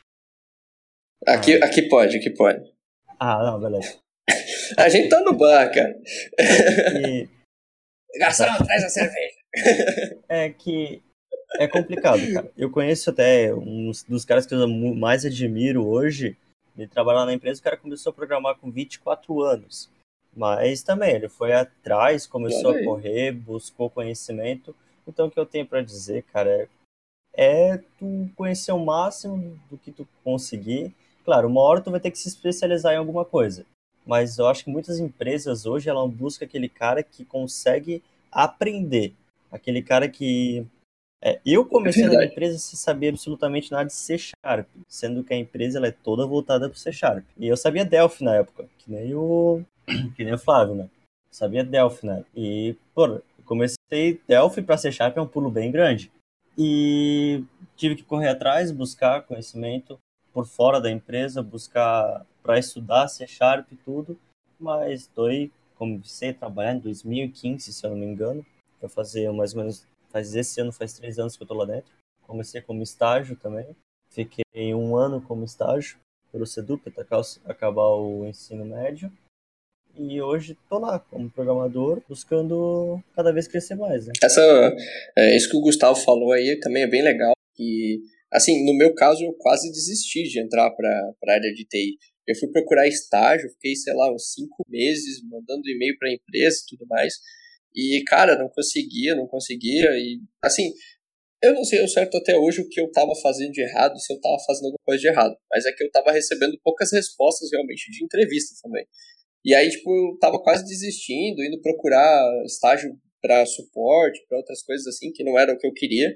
Aqui, Ah, aqui pode, aqui pode. ah, não, beleza. A gente tá no bar, cara. É que, Garçom, tá, traz a cerveja. é que é complicado, cara. Eu conheço até um dos caras que eu mais admiro hoje, ele trabalha na empresa, o cara começou a programar com vinte e quatro anos. Mas também, ele foi atrás, começou Olha a aí. correr, buscou conhecimento. Então, o que eu tenho para dizer, cara, é, é tu conhecer o máximo do que tu conseguir. Claro, uma hora tu vai ter que se especializar em alguma coisa. Mas eu acho que muitas empresas hoje, ela busca aquele cara que consegue aprender. Aquele cara que é, eu É comecei na minha verdade. empresa sem saber absolutamente nada de C Sharp, sendo que a empresa ela é toda voltada para o C Sharp. E eu sabia Delphi na época, que nem o, que nem o Flávio, né? Eu sabia Delphi, né? E, pô, eu comecei Delphi para C Sharp é um pulo bem grande. E tive que correr atrás, buscar conhecimento por fora da empresa, buscar para estudar C Sharp e tudo. Mas estou aí, comecei a trabalhar em dois mil e quinze, se eu não me engano, para fazer mais ou menos. Faz esse ano, faz três anos que eu tô lá dentro. Comecei como estágio também. Fiquei um ano como estágio pelo Sedup até acabar o ensino médio. E hoje tô lá como programador, buscando cada vez crescer mais, né? Essa, é, isso que o Gustavo falou aí também é bem legal. E, assim, no meu caso, eu quase desisti de entrar para a área de T I. Eu fui procurar estágio, fiquei, sei lá, uns cinco meses mandando e-mail para a empresa e tudo mais. E, cara, não conseguia, não conseguia. E, assim, eu não sei ao certo até hoje o que eu estava fazendo de errado, se eu estava fazendo alguma coisa de errado. Mas é que eu estava recebendo poucas respostas, realmente, de entrevista também. E aí, tipo, eu tava quase desistindo, indo procurar estágio para suporte, para outras coisas assim, que não era o que eu queria.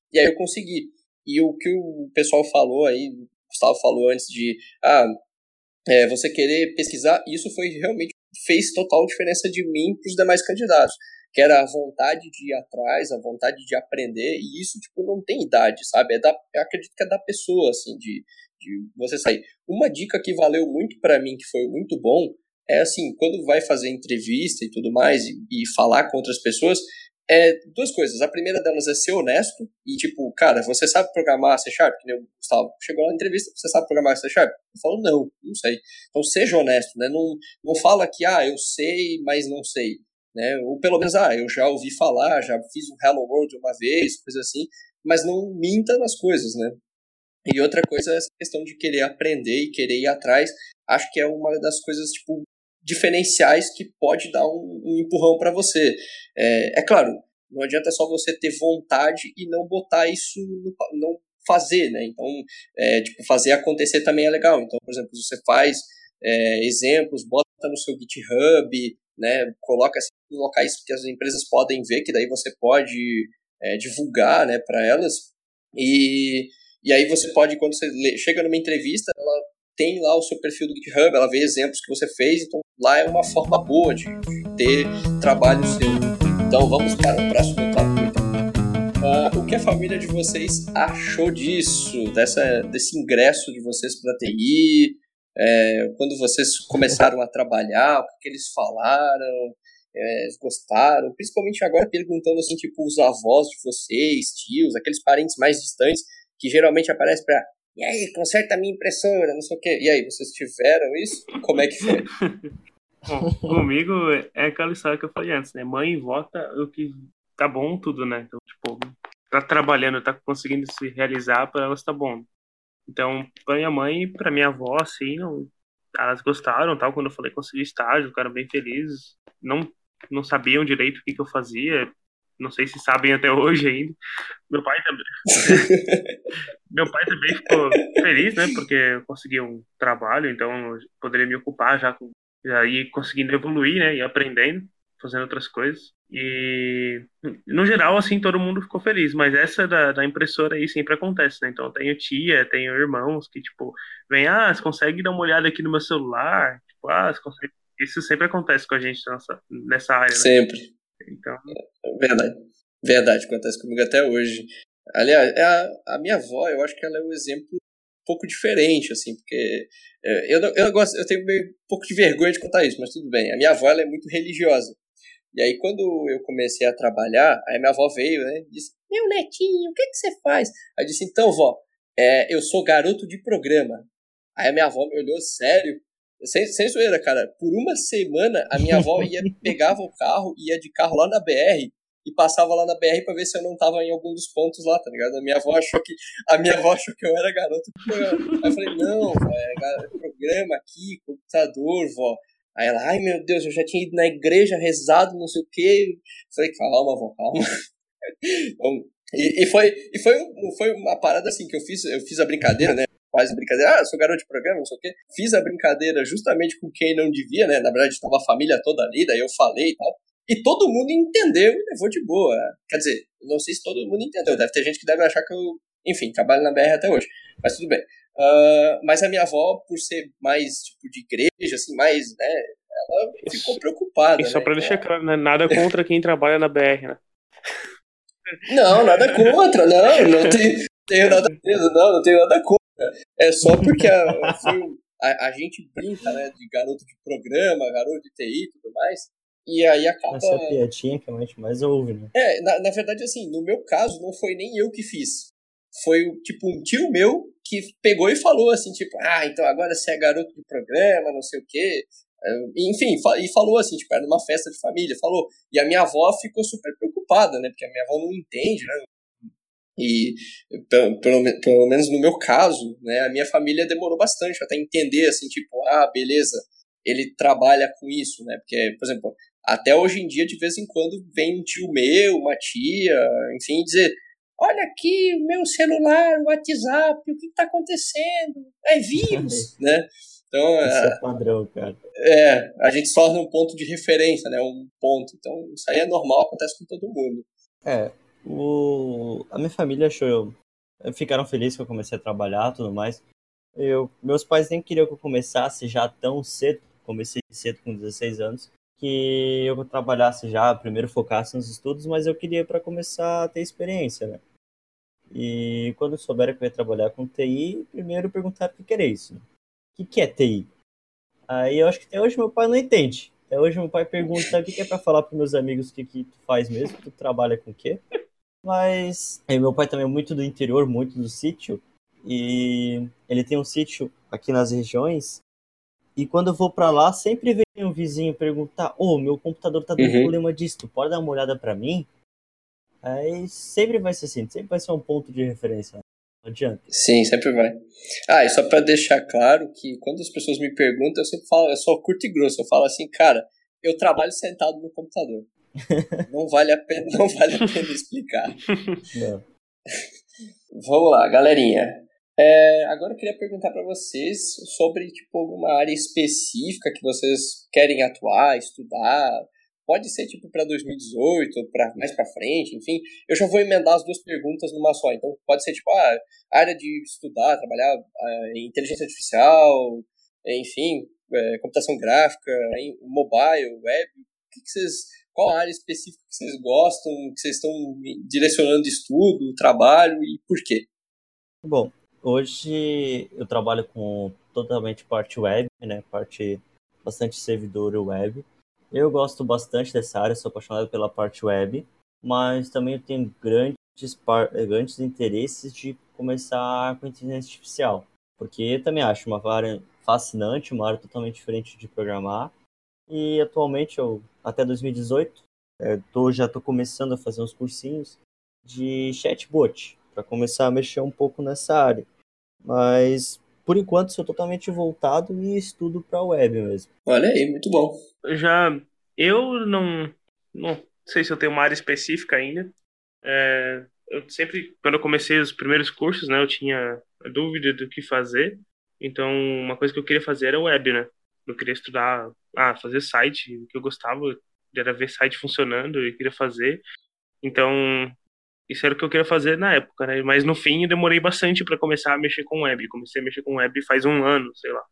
E aí eu consegui. E o que o pessoal falou aí, o Gustavo falou antes de, ah, é, você querer pesquisar, isso foi realmente, fez total diferença de mim para os demais candidatos, que era a vontade de ir atrás, a vontade de aprender, e isso, tipo, não tem idade, sabe? É da, eu acredito que é da pessoa, assim, de, de você sair. Uma dica que valeu muito para mim, que foi muito bom, é assim, quando vai fazer entrevista e tudo mais, e, e falar com outras pessoas, é duas coisas. A primeira delas é ser honesto e, tipo, cara, você sabe programar C Sharp? Que nem o Gustavo chegou na entrevista, você sabe programar C Sharp? Eu falo, não, não sei. Então, seja honesto, né? Não, não fala que, ah, eu sei, mas não sei. Né? Ou pelo menos, ah, eu já ouvi falar, já fiz um Hello World uma vez, coisa assim, mas não minta nas coisas, né? E outra coisa é essa questão de querer aprender e querer ir atrás. Acho que é uma das coisas, tipo, diferenciais que pode dar um, um empurrão para você. É, é claro, não adianta só você ter vontade e não botar isso, no, não fazer, né? Então, é, tipo, fazer acontecer também é legal. Então, por exemplo, você faz é, exemplos, bota no seu GitHub, né? Coloca assim, em locais que as empresas podem ver, que daí você pode é, divulgar, né, para elas. E, e aí você pode, quando você chega numa entrevista, ela tem lá o seu perfil do GitHub, ela vê exemplos que você fez, então lá é uma forma boa de, de ter trabalho seu. Então vamos para o próximo tópico. Então. Uh, o que a família de vocês achou disso, dessa, desse ingresso de vocês para a T I, é, quando vocês começaram a trabalhar, o que eles falaram, é, gostaram, principalmente agora perguntando assim, tipo, os avós de vocês, tios, aqueles parentes mais distantes, que geralmente aparecem para e aí, conserta a minha impressora, não sei o quê. E aí, vocês tiveram isso? Como é que foi? Bom, comigo é aquela história que eu falei antes, né? Mãe vota o que tá bom tudo, né? Então, tipo, tá trabalhando, tá conseguindo se realizar, para elas tá bom. Então, pra minha mãe e pra minha avó, assim, não, elas gostaram, tal, quando eu falei que consegui estágio, ficaram bem felizes. Não, não sabiam direito o que, que eu fazia, não sei se sabem até hoje ainda. Meu pai também. Meu pai também ficou feliz, né? Porque eu consegui um trabalho, então eu poderia me ocupar já com. Aí conseguindo evoluir, né? E aprendendo, fazendo outras coisas. E no geral, assim, todo mundo ficou feliz. Mas essa da, da impressora aí sempre acontece, né? Então eu tenho tia, tenho irmãos que, tipo, vem, ah, você consegue dar uma olhada aqui no meu celular? Tipo, ah, você consegue. Isso sempre acontece com a gente nessa, nessa área, né? Sempre. Então. Verdade. Verdade, acontece comigo até hoje. Aliás, a, a minha avó, eu acho que ela é um exemplo um pouco diferente, assim, porque é, eu, eu, gosto, eu tenho meio, um pouco de vergonha de contar isso, mas tudo bem. A minha avó, ela é muito religiosa. E aí, quando eu comecei a trabalhar, aí minha avó veio, né, e disse, meu netinho, o que, que você faz? Aí eu disse, então, vó, é, eu sou garoto de programa. Aí a minha avó me olhou, sério? Sem, sem zoeira, cara. Por uma semana, a minha avó ia, pegava o carro, ia de carro lá na B R, e passava lá na B R pra ver se eu não tava em algum dos pontos lá, tá ligado? A minha avó achou que, a minha avó achou que eu era garoto de programa. Aí eu falei, não, vó, é programa aqui, computador, vó. Aí ela, ai meu Deus, eu já tinha ido na igreja, rezado, não sei o quê. Eu falei, calma, vó, calma. Bom, e, e, foi, e foi, foi uma parada assim que eu fiz, eu fiz a brincadeira, né? Quase brincadeira, ah, eu sou garoto de programa, não sei o quê. Fiz a brincadeira justamente com quem não devia, né? Na verdade, estava a família toda ali, daí eu falei e tal. E todo mundo entendeu e levou de boa. Quer dizer, não sei se todo mundo entendeu. Deve ter gente que deve achar que eu, enfim, trabalho na B R até hoje. Mas tudo bem. Uh, mas a minha avó, por ser mais tipo de igreja, assim, mais, né? Ela ficou Isso, preocupada. e só né? pra deixar claro, né? Nada contra quem trabalha na B R, né? Não, nada contra, não, não tenho, tenho nada contra, não, não tenho nada contra. É só porque a, foi, a, a gente brinca, né, de garoto de programa, garoto de T I e tudo mais, e aí acaba... Essa é a piadinha que a gente mais ouve, né? É, na, na verdade, assim, no meu caso, não foi nem eu que fiz. Foi, tipo, um tio meu que pegou e falou assim, tipo, ah, então agora você é garoto de programa, não sei o quê. Enfim, e falou assim, tipo, era numa festa de família, falou. E a minha avó ficou super preocupada, né? Porque a minha avó não entende, né? E, pelo, pelo, pelo menos no meu caso, né? A minha família demorou bastante até entender, assim, tipo, ah, beleza, ele trabalha com isso, né? Porque, por exemplo, até hoje em dia, de vez em quando, vem um tio meu, uma tia, enfim, dizer, olha aqui o meu celular, o WhatsApp, o que está acontecendo? É vírus, né? Então, isso é padrão, cara. É, a gente se torna um ponto de referência, né? Um ponto. Então, isso aí é normal, acontece com todo mundo. É, O... A minha família achou... Ficaram felizes que eu comecei a trabalhar e tudo mais. Eu... Meus pais nem queriam que eu começasse já tão cedo. Comecei cedo com dezesseis anos. Que eu trabalhasse já, primeiro focasse nos estudos, mas eu queria para começar a ter experiência, né? E quando souberam que eu ia trabalhar com T I, primeiro perguntaram o que que era isso, né? O que que é T I? Aí eu acho que até hoje meu pai não entende. Até hoje meu pai pergunta o que que é pra falar pros meus amigos o que que tu faz mesmo, tu trabalha com o quê? Mas aí meu pai também é muito do interior, muito do sítio, e ele tem um sítio aqui nas regiões, e quando eu vou pra lá, sempre vem um vizinho perguntar: ô, meu computador tá dando Uhum. problema disso, tu pode dar uma olhada pra mim? Aí sempre vai ser assim, sempre vai ser um ponto de referência, não adianta. Sim, sempre vai. Ah, e só pra deixar claro que quando as pessoas me perguntam, eu sempre falo, eu sou curto e grosso, eu falo assim, cara, eu trabalho sentado no computador. Não vale a pena, não vale a pena explicar. Não. Vamos lá, galerinha. É, agora eu queria perguntar pra vocês sobre tipo alguma área específica que vocês querem atuar, estudar. Pode ser tipo para dois mil e dezoito, ou pra, mais para frente, enfim. Eu já vou emendar as duas perguntas numa só. Então pode ser tipo a ah, área de estudar, trabalhar ah, em inteligência artificial, enfim, é, computação gráfica, em mobile, web. O que, que vocês, qual a área específica que vocês gostam, que vocês estão direcionando estudo, trabalho e por quê? Bom, hoje eu trabalho com totalmente parte web, né? Parte bastante servidor web. Eu gosto bastante dessa área, sou apaixonado pela parte web, mas também eu tenho grandes, par... grandes interesses de começar com inteligência artificial, porque eu também acho uma área fascinante, uma área totalmente diferente de programar. E atualmente, eu, até dois mil e dezoito, eu tô, já estou começando a fazer uns cursinhos de chatbot, para começar a mexer um pouco nessa área. Mas, por enquanto, sou totalmente voltado e estudo para web mesmo. Olha aí, muito bom. Já eu não, não sei se eu tenho uma área específica ainda. É, eu sempre, quando eu comecei os primeiros cursos, né, eu tinha dúvida do que fazer. Então, uma coisa que eu queria fazer era web, né? Eu queria estudar, ah, fazer site, o que eu gostava era ver site funcionando e queria fazer. Então, isso era o que eu queria fazer na época, né? Mas no fim, eu demorei bastante para começar a mexer com web. Comecei a mexer com web faz um ano, sei lá.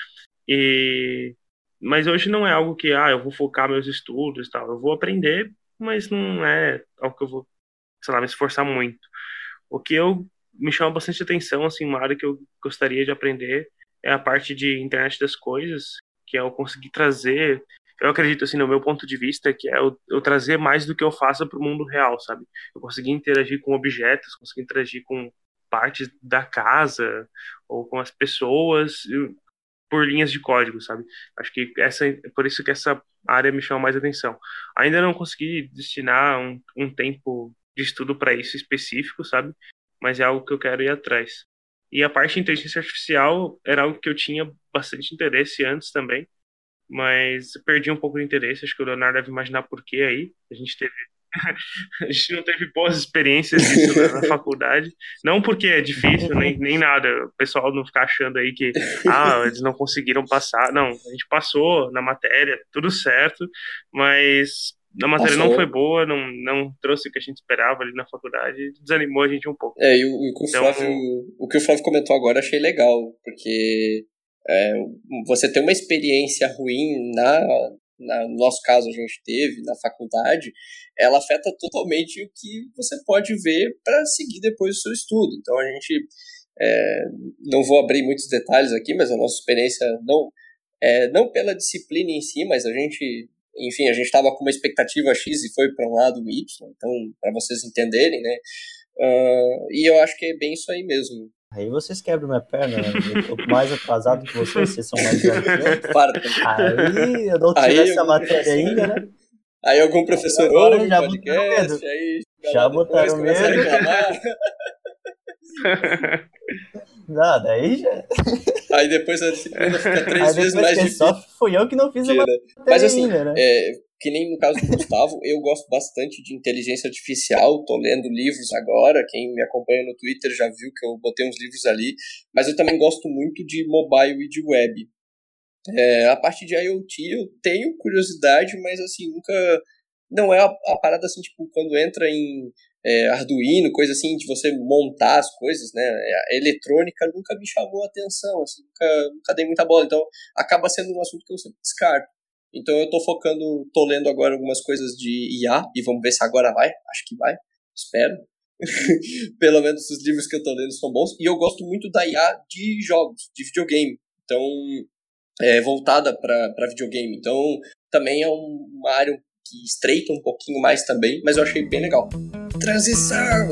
E mas hoje não é algo que, ah, eu vou focar meus estudos e tal. Eu vou aprender, mas não é algo que eu vou, sei lá, me esforçar muito. O que eu me chama bastante atenção, assim, uma área que eu gostaria de aprender é a parte de internet das coisas, que é eu conseguir trazer, eu acredito, assim, no meu ponto de vista, que é eu, eu trazer mais do que eu faço para o mundo real, sabe? Eu conseguir interagir com objetos, conseguir interagir com partes da casa ou com as pessoas por linhas de código, sabe? Acho que essa é por isso que essa área me chama mais atenção. Ainda não consegui destinar um, um tempo de estudo para isso específico, sabe? Mas é algo que eu quero ir atrás. E a parte de inteligência artificial era algo que eu tinha bastante interesse antes também, mas perdi um pouco de interesse. Acho que o Leonardo deve imaginar por quê aí. A gente teve a gente não teve boas experiências disso na, na faculdade. Não porque é difícil, nem, nem nada. O pessoal não ficar achando aí que ah, eles não conseguiram passar. Não, a gente passou na matéria, tudo certo, mas a matéria Passou. não foi boa, não, não trouxe o que a gente esperava ali na faculdade, desanimou a gente um pouco. É, e o, e o, que, o, Então, Flávio, o que o Flávio comentou agora eu achei legal, porque é, você ter uma experiência ruim na, na, no nosso caso a gente teve na faculdade, ela afeta totalmente o que você pode ver para seguir depois do seu estudo. Então a gente, é, não vou abrir muitos detalhes aqui, mas a nossa experiência não, é, não pela disciplina em si, mas a gente, enfim, a gente estava com uma expectativa X e foi para um lado Y, então para vocês entenderem, né? Uh, e eu acho que é bem isso aí mesmo. Aí vocês quebram minha perna, né? Eu tô mais atrasado que vocês, vocês são mais jovens que eu. Para também. Aí eu não tive Aí essa algum matéria professor- ainda, né? Aí algum professor Agora ouve o já podcast, botaram aí Já depois botaram começa a medo. reclamar. Nada, aí já. Aí depois a disciplina fica três Aí vezes depois mais quem difícil. sofre fui eu que não fiz a Né? matéria Mas assim, ainda, né? é, que nem no caso do Gustavo, eu gosto bastante de inteligência artificial, tô lendo livros agora, quem me acompanha no Twitter já viu que eu botei uns livros ali, mas eu também gosto muito de mobile e de web. É, a parte de IoT eu tenho curiosidade, mas assim, nunca... Não é a, a parada assim, tipo, quando entra em é, Arduino, coisa assim, de você montar as coisas, né? A eletrônica nunca me chamou a atenção, assim, nunca, nunca dei muita bola. Então, acaba sendo um assunto que eu sempre descarto. Então, eu tô focando, tô lendo agora algumas coisas de I A, e vamos ver se agora vai. Acho que vai, espero. Pelo menos os livros que eu tô lendo são bons. E eu gosto muito da I A de jogos, de videogame. Então, é voltada para videogame. Então, também é um, uma área que estreita um pouquinho mais também, mas eu achei bem legal. Transição!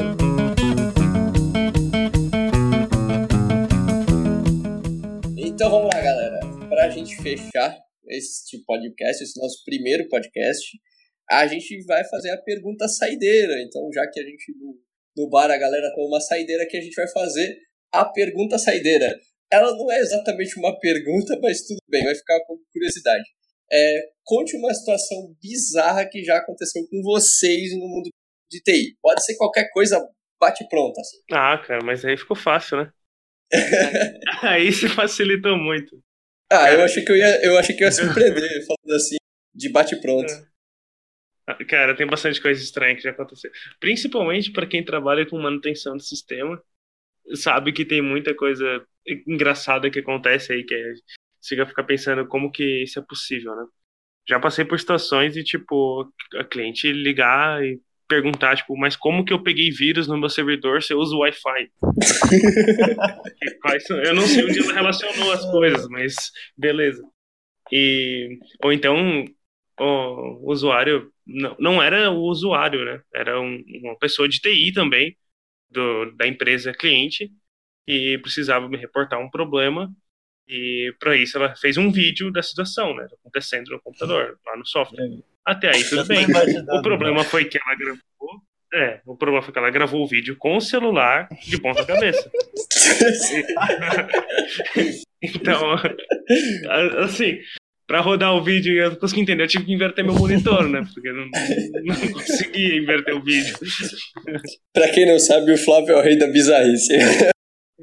Então vamos lá, galera. Para a gente fechar este podcast, esse nosso primeiro podcast, a gente vai fazer a pergunta saideira. Então, já que a gente no, no bar a galera tem uma saideira, que a gente vai fazer a pergunta saideira. Ela não é exatamente uma pergunta, mas tudo bem, vai ficar com curiosidade. É, conte uma situação bizarra que já aconteceu com vocês no mundo de T I. Pode ser qualquer coisa, bate pronta. Assim. Ah, cara, mas aí ficou fácil, né? Aí se facilitou muito. Ah, cara, eu achei que eu ia, eu achei que eu ia surpreender, falando assim, de bate pronto. Cara, tem bastante coisa estranha que já aconteceu. Principalmente para quem trabalha com manutenção de sistema, sabe que tem muita coisa engraçada que acontece aí, que é, você fica ficar pensando como que isso é possível, né? Já passei por situações de, tipo, a cliente ligar e perguntar, tipo, mas como que eu peguei vírus no meu servidor se eu uso Wi-Fi? Eu não sei onde ela relacionou as coisas, mas beleza. E, ou então, o usuário, não, não era o usuário, né? Era um, uma pessoa de T I também, do, da empresa cliente, e precisava me reportar um problema. E para isso ela fez um vídeo da situação, né? Acontecendo no computador, lá no software. Até aí tudo bem. O problema foi que ela gravou. É, o problema foi que ela gravou o vídeo com o celular de ponta cabeça. Então, assim, para rodar o vídeo eu não consegui entender, eu tive que inverter meu monitor, né? Porque eu não, não conseguia inverter o vídeo. Pra quem não sabe, o Flávio é o rei da bizarrice. É.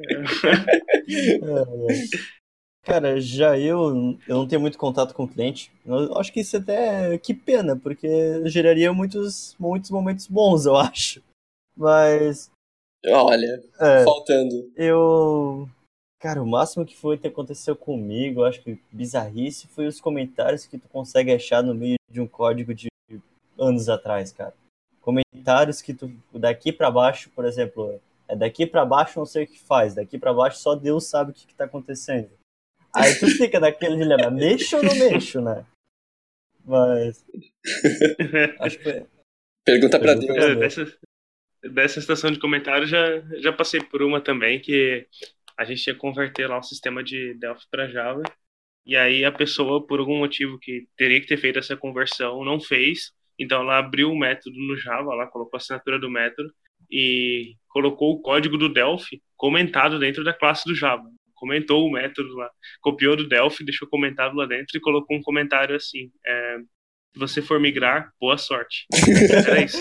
É. Cara, já eu, eu não tenho muito contato com o cliente. Eu acho que isso até que pena, porque geraria muitos, muitos momentos bons, eu acho. Mas... Olha, é, faltando. Eu... Cara, o máximo que foi que aconteceu comigo, eu acho que bizarrice, foi os comentários que tu consegue achar no meio de um código de anos atrás, cara. Comentários que tu, daqui pra baixo, por exemplo, é daqui pra baixo não sei o que faz, daqui pra baixo só Deus sabe o que, que tá acontecendo. Aí tu fica naquele dilema, mexo ou não mexo, né? Mas... acho que foi... Pergunta pra Deus. É, dessa, dessa estação de comentários já, já passei por uma também, que a gente ia converter lá o sistema de Delphi para Java, e aí a pessoa, por algum motivo que teria que ter feito essa conversão, não fez, então ela abriu o método no Java, lá colocou a assinatura do método, e colocou o código do Delphi comentado dentro da classe do Java. Comentou o método lá, copiou do Delphi, deixou comentado lá dentro e colocou um comentário assim, é, se você for migrar, boa sorte. Era isso.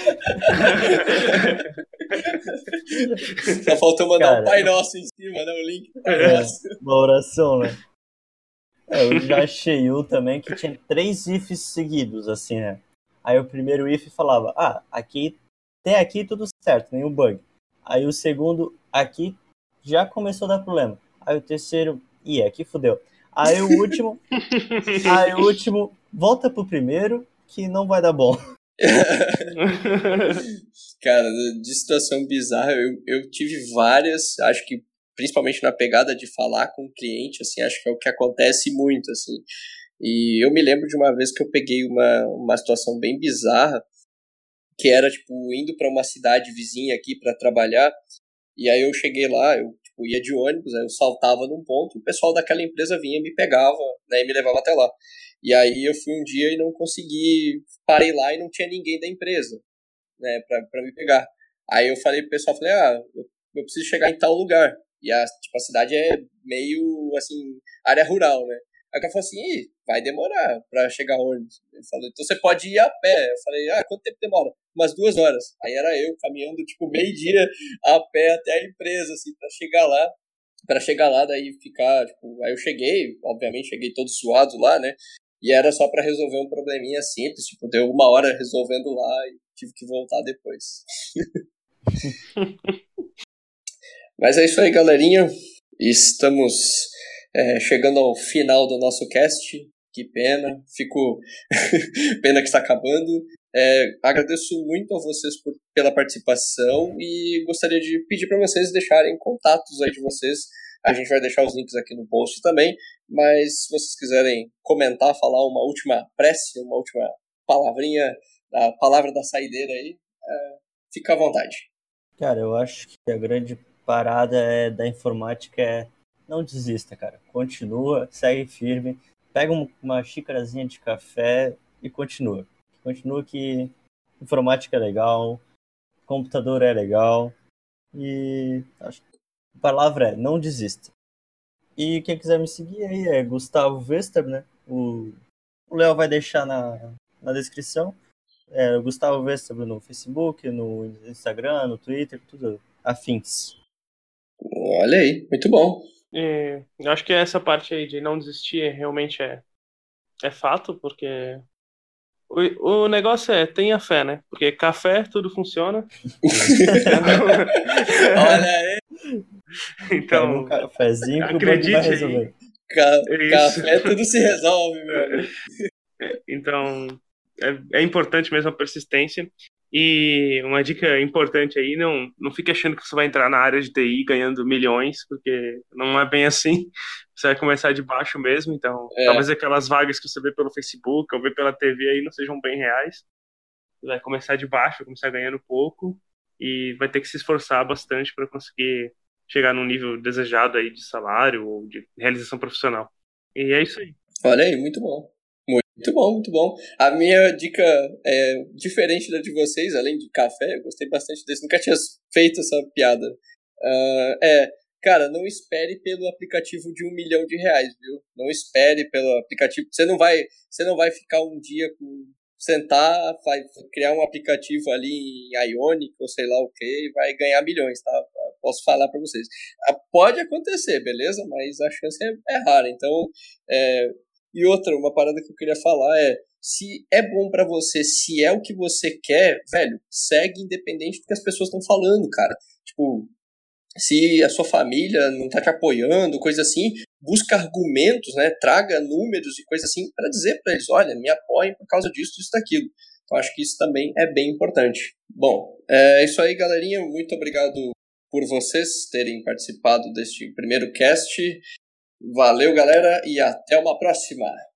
Só faltou mandar Cara, um Pai Nosso em cima, né? O link. É, uma oração, né? É, eu já achei um também que tinha três ifs seguidos, assim, né? Aí o primeiro if falava, ah, aqui, até aqui tudo certo, nenhum bug. Aí o segundo, aqui já começou a dar problema. Aí o terceiro, ih, aqui fudeu. Aí o último, aí o último, volta pro primeiro, que não vai dar bom. Cara, de situação bizarra, eu, eu tive várias, acho que principalmente na pegada de falar com o cliente, assim, acho que é o que acontece muito, assim. E eu me lembro de uma vez que eu peguei uma, uma situação bem bizarra, que era, tipo, indo pra uma cidade vizinha aqui pra trabalhar, e aí eu cheguei lá, eu tipo, ia de ônibus, aí eu saltava num ponto, e o pessoal daquela empresa vinha e me pegava, né, e me levava até lá. E aí eu fui um dia e não consegui, parei lá e não tinha ninguém da empresa, né, pra, pra me pegar. Aí eu falei pro pessoal, falei, ah, eu, eu preciso chegar em tal lugar. E a, tipo, a cidade é meio, assim, área rural, né. Aí o cara falou assim, ih, vai demorar pra chegar ônibus. Ele falou, então você pode ir a pé. Eu falei, ah, quanto tempo demora? Umas duas horas. Aí era eu caminhando, tipo, meio dia a pé até a empresa, assim, pra chegar lá. Pra chegar lá, daí ficar, tipo... Aí eu cheguei, obviamente, cheguei todo suado lá, né? E era só pra resolver um probleminha simples, tipo, deu uma hora resolvendo lá e tive que voltar depois. Mas é isso aí, galerinha. Estamos é, chegando ao final do nosso cast. Que pena. Fico... pena que está acabando. É, agradeço muito a vocês por, pela participação e gostaria de pedir para vocês deixarem contatos aí de vocês. A gente vai deixar os links aqui no post também, mas se vocês quiserem comentar, falar uma última prece, uma última palavrinha, a palavra da saideira aí, é, fica à vontade. Cara, eu acho que a grande parada é, da informática é não desista, cara. Continua, segue firme, pega uma xícarazinha de café e continua. Continua que informática é legal, computador é legal e acho que a palavra é não desista. E quem quiser me seguir aí é Gustavo Vester, né? O Léo vai deixar na, na descrição. É, Gustavo Vester no Facebook, no Instagram, no Twitter, tudo afins. Olha aí, muito bom. E eu acho que essa parte aí de não desistir realmente é, é fato, porque o, o negócio é tenha fé, né? Porque café tudo funciona. Olha aí. Então, Pega um cafezinho que o acredite bug vai aí. resolver. Ca- É café tudo se resolve, meu amigo. Então, é, é importante mesmo a persistência. E uma dica importante aí, não, não fique achando que você vai entrar na área de T I ganhando milhões, porque não é bem assim. Você vai começar de baixo mesmo, então É. talvez aquelas vagas que você vê pelo Facebook ou vê pela T V aí não sejam bem reais. Você vai começar de baixo, vai começar ganhando pouco e vai ter que se esforçar bastante para conseguir chegar num nível desejado aí de salário ou de realização profissional. E é isso aí. Olha aí, muito bom. Muito bom, muito bom. A minha dica é diferente da de vocês, além de café, eu gostei bastante desse, nunca tinha feito essa piada. Uh, é, cara, não espere pelo aplicativo de um milhão de reais, viu? Não espere pelo aplicativo. Você não vai, você não vai ficar um dia com sentar, vai criar um aplicativo ali em Ionic ou sei lá o que e vai ganhar milhões, tá? Posso falar para vocês. Pode acontecer, beleza? Mas a chance é, é rara. Então, é, e outra, uma parada que eu queria falar é, se é bom pra você, se é o que você quer, velho, segue independente do que as pessoas estão falando, cara. Tipo, se a sua família não tá te apoiando, coisa assim, busca argumentos, né, traga números e coisa assim pra dizer pra eles, olha, me apoiem por causa disso, disso, daquilo. Então acho que isso também é bem importante. Bom, é isso aí, galerinha, muito obrigado por vocês terem participado deste primeiro cast. Valeu, galera, e até uma próxima!